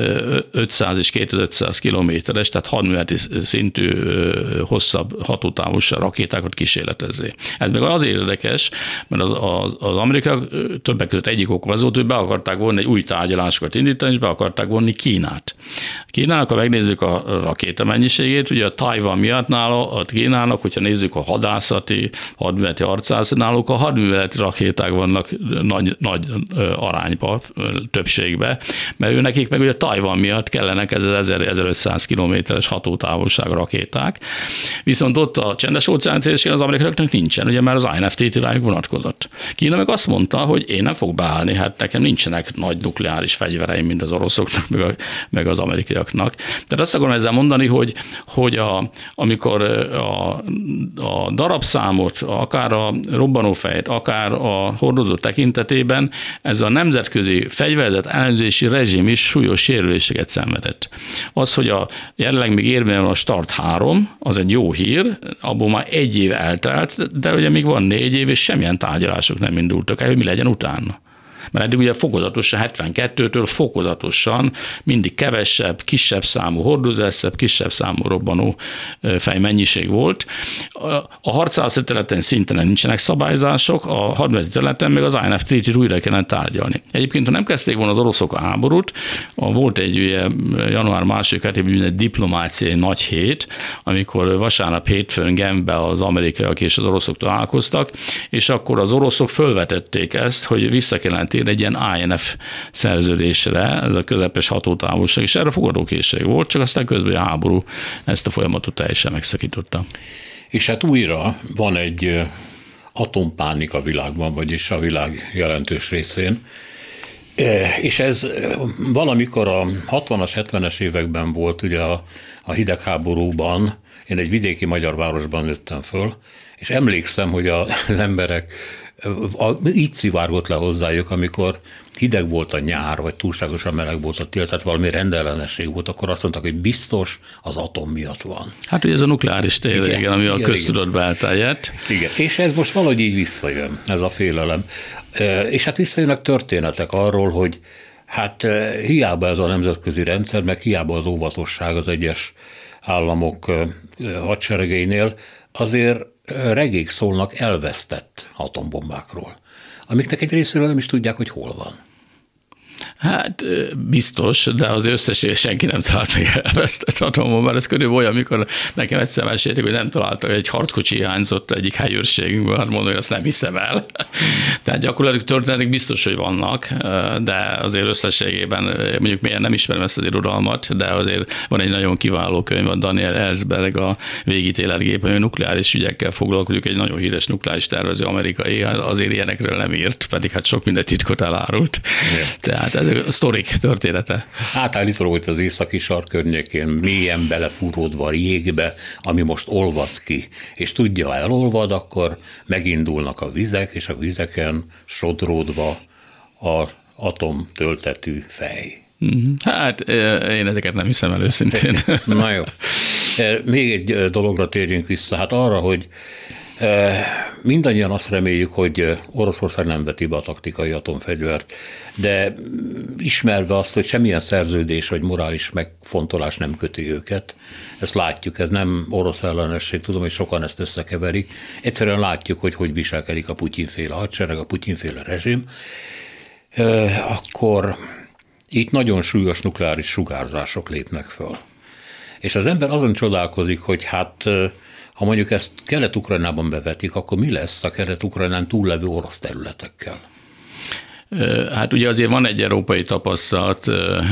Speaker 3: 500 és 2500 kilométeres, tehát hadműveleti szintű hosszabb hatótávolságú rakétákat kísérletezzé. Ez meg azért érdekes, mert az amerikaiak többek között egyik ok az volt, hogy be akarták vonni egy új tárgyalásokat indítani, és be akarták vonni Kínát. Kínának, ha megnézzük a rakéta mennyiségét, ugye a Tajvan miatt nála, a Kínának, hogyha nézzük a hadászati, hadműveleti arcászat, a hadműveleti rakéták vannak nagy arányba, többségbe. mert ő nekik meg ugye Tajvan miatt kellenek ez az 1500 kilométeres hatótávolságú rakéták, viszont ott a csendes-óceáni térségben az amerikaiaknak nincsen, ugye már az INFT rájuk vonatkozott. Kína meg azt mondta, hogy én nem fog beállni, hát nekem nincsenek nagy nukleáris fegyvereim, mint az oroszoknak, meg az amerikaiaknak. Tehát azt akarom ezzel mondani, hogy amikor a darabszámot, akár a robbanófejt, akár a hordozó tekintetében ez a nemzetközi fegyverzet elemzési rezsim is súlyos sérüléseket szenvedett. Az, hogy jelenleg még érvényben van a Start 3, az egy jó hír, abból már 1 év eltelt, de ugye még van 4 év, és semmilyen tárgyalások nem indultak el, hogy mi legyen utána. Mert eddig ugye fokozatosan, 72-től fokozatosan mindig kevesebb, kisebb számú hordozóeszep, kisebb számú robbanó fejmennyiség volt. A harcászati területen szinten nincsenek szabályzások, a hadműveleti területen meg az INF-t újra kellene tárgyalni. Egyébként, ha nem kezdték volna az oroszok a háborút, volt egy ugye, január 2. hetében egy diplomáciai nagy hét, amikor vasárnap hétfőn Genfben az amerikaiak és az oroszok találkoztak, és akkor az oroszok fölvetették ezt, hogy vissza kellene térni egy ilyen INF szerződésre, ez a közepes hatótávolság, és erre fogadókészség volt, csak aztán közben a háború ezt a folyamatot teljesen megszakította.
Speaker 2: És hát újra van egy atompánik a világban, vagyis a világ jelentős részén, és ez valamikor a 60-as, 70-es években volt ugye a hidegháborúban, én egy vidéki magyar városban nőttem föl, és emlékszem, hogy az emberek így szivárgott le hozzájuk, amikor hideg volt a nyár, vagy túlságosan meleg volt a tél, tehát valami rendellenesség volt, akkor azt mondták, hogy biztos az atom miatt van.
Speaker 3: Hát ugye ez a nukleáris tél, igen, ami a köztudatba elterjedt.
Speaker 2: Igen, és ez most valahogy így visszajön, ez a félelem. És hát visszajönnek történetek arról, hogy hát hiába ez a nemzetközi rendszer, meg hiába az óvatosság az egyes államok hadseregeinél, azért regék szólnak elvesztett atombombákról, amiknek egy részéről nem is tudják, hogy hol van.
Speaker 3: Hát biztos, de az összességében senki nem talált még elvesztett atombombát. Ez körülbelül olyan, amikor nekem egyszer mesélték, hogy nem találtak, egy harckocsi hiányzott egyik helyőrségünkből, hát mondom, hogy azt nem hiszem el. Tehát gyakorlatilag történetek biztos, hogy vannak, de azért összességében, mondjuk milyen nem ismerem ezt az irodalmat, de azért van egy nagyon kiváló könyv, a Daniel Ellsberg, a Végítéletgép, ami nukleáris ügyekkel foglalkozik, egy nagyon híres nukleáris tervező amerikai, azért ilyenekről nem írt, pedig hát sok minden titkot elárult. Tehát ez a sztorik története.
Speaker 2: Átállítva volt az északi sark környékén, mélyen belefúródva a jégbe, ami most olvad ki, és tudja, ha elolvad, akkor megindulnak a vizek, és a vizeken sodródva az atomtöltetű fej.
Speaker 3: Hát én ezeket nem hiszem el őszintén.
Speaker 2: Na jó. Még egy dologra térjünk vissza, hát arra, hogy mindannyian azt reméljük, hogy Oroszország nem veti be a taktikai atomfegyvert, de ismerve azt, hogy semmilyen szerződés vagy morális megfontolás nem köti őket, ezt látjuk, ez nem orosz ellenesség, tudom, hogy sokan ezt összekeverik, egyszerűen látjuk, hogy viselkedik a Putyin-féle hadsereg, a Putyin-féle rezsim, akkor itt nagyon súlyos nukleáris sugárzások lépnek föl. És az ember azon csodálkozik, hogy hát ha mondjuk ezt Kelet-Ukrajnában bevetik, akkor mi lesz a Kelet-Ukrajnán túllevő orosz területekkel?
Speaker 3: Hát ugye azért van egy európai tapasztalat,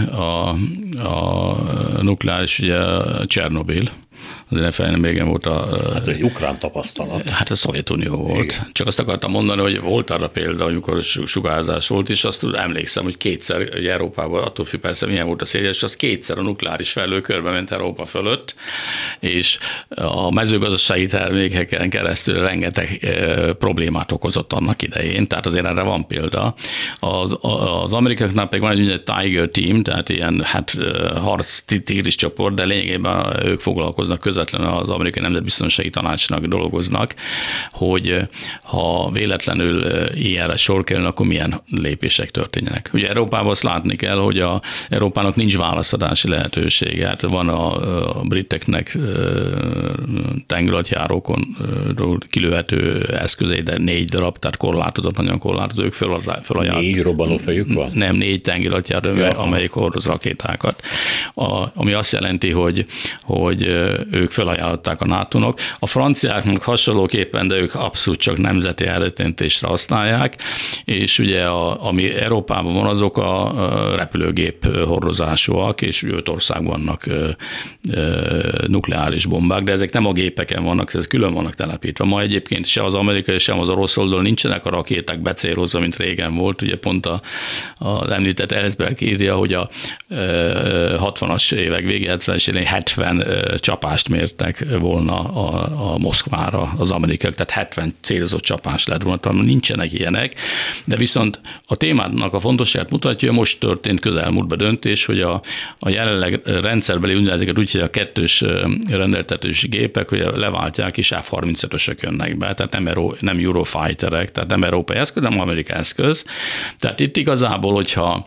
Speaker 3: a nukleáris, ugye Csernobil, azért ne felejtsem, még volt
Speaker 2: Hát egy ukrán tapasztalat.
Speaker 3: Hát a Szovjetunió volt. Igen. Csak azt akartam mondani, hogy volt arra példa, amikor sugárzás volt, és azt emlékszem, hogy kétszer ugye Európában, attól függ persze milyen volt a szél, és az kétszer a nukleáris felhő körbe ment Európa fölött, és a mezőgazdasági termékeken keresztül rengeteg problémát okozott annak idején, tehát azért erre van példa. Az amerikaiaknál pedig van egy Tiger Team, tehát ilyen harc tigris csoport, de lényegében ők foglalkoznak közvetlenül az Amerikai Nemzetbiztonsági Tanácsnak dolgoznak, hogy ha véletlenül ilyenre sor kerül, akkor milyen lépések történjenek. Ugye Európában azt látni kell, hogy Európának nincs válaszadási lehetősége. Hát van a briteknek tengeralattjárókon kilőhető eszközei, de 4 darab, tehát korlátozott, nagyon korlátozott, ők felajánlott.
Speaker 2: 4 robbanófejük van?
Speaker 3: Nem, 4 tengeralattjáró, amelyik hordoz rakétákat. Ami azt jelenti, hogy ők ők felajánlották a NATO-nak. A franciáknak hasonlóképpen, de ők abszolút csak nemzeti elrettentésre használják, és ugye ami Európában van, azok a repülőgép hordozásúak, és 5 ország vannak nukleáris bombák, de ezek nem a gépeken vannak, ezek külön vannak telepítve. Ma egyébként se az amerikai, sem az orosz oldalon nincsenek a rakéták becélozva, mint régen volt. Ugye pont az említett Ellsberg írja, hogy a 60-as évek végén, 70-es évek 70 csapást mértek volna a Moszkvára az amerikaiak, tehát 70 célzott csapás lett volna, nincsenek ilyenek, de viszont a témának a fontosságát mutatja, hogy most történt közelmúltban döntés, hogy a jelenleg rendszerbeli úgynevezett úgy, hogy a kettős rendeltetős gépek, hogy leváltják és F-35-ösök jönnek be, tehát nem Eurofighterek, tehát nem európai eszköz, nem amerikai eszköz. Tehát itt igazából, hogyha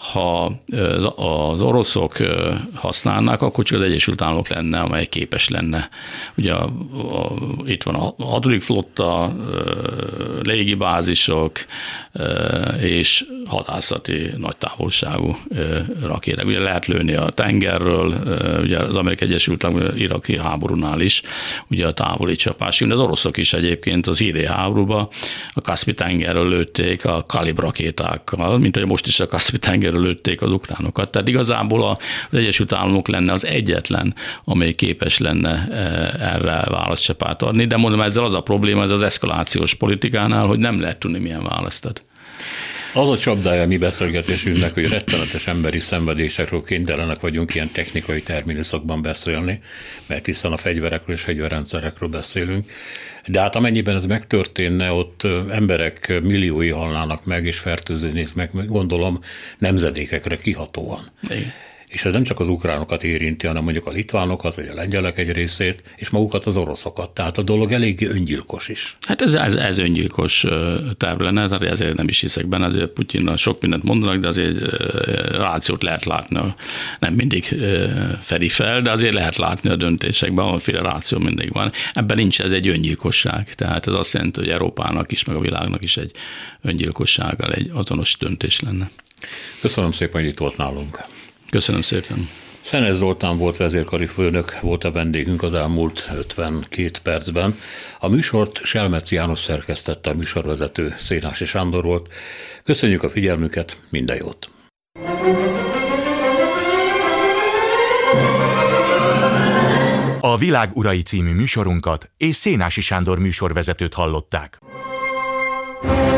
Speaker 3: az oroszok használnák, akkor csak az Egyesült Államok lenne, amely képes lenne. Ugye itt van a 6. flotta, légibázisok és hadászati nagy távolságú rakéták. Ugye lehet lőni a tengerről, ugye az Amerikai Egyesült Államok iraki háborúnál is, ugye a távoli csapás. De az oroszok is egyébként az hidegháborúban a Kaszpi-tengerről lőtték a Kalib rakétákkal, mint hogy most is a Kaszpi-tengerről lőtték az ukránokat. Tehát igazából az Egyesült Államok lenne az egyetlen, amely képes lenne erre válaszcsapát adni, de mondom, ezzel az a probléma, ez az eszkalációs politikánál, hogy nem lehet tudni, milyen választ ad.
Speaker 2: Az a csapdája a mi beszélgetésünknek, hogy rettenetes emberi szenvedésekről kénytelenek vagyunk ilyen technikai terminuszokban beszélni, mert hiszen a fegyverekről és fegyverrendszerekről beszélünk. De hát amennyiben ez megtörténne, ott emberek milliói halnának meg és fertőződnék meg, gondolom, nemzedékekre kihatóan. Igen. És ez nem csak az ukránokat érinti, hanem mondjuk a litvánokat, vagy a lengyelek egy részét, és magukat az oroszokat. Tehát a dolog eléggé öngyilkos is.
Speaker 3: Hát ez öngyilkos terv lenne, tehát ezért nem is hiszek benne, hogy Putyinnal sok mindent mondanak, de azért rációt lehet látni. Nem mindig fedi fel, de azért lehet látni a döntésekben, valamiféle ráció mindig van. Ebben nincs, ez egy öngyilkosság. Tehát ez azt jelenti, hogy Európának is, meg a világnak is egy öngyilkossággal egy azonos döntés lenne.
Speaker 2: Köszönöm szépen, hogy itt volt nálunk.
Speaker 3: Köszönöm szépen.
Speaker 2: Szenes Zoltán volt vezérkari főnök, volt a vendégünk az elmúlt 52 percben. A műsort Selmeczi János szerkesztette, a műsorvezető Szénási Sándor volt. Köszönjük a figyelmüket, minden jót!
Speaker 1: A Világ urai című műsorunkat és Szénási Sándor műsorvezetőt hallották.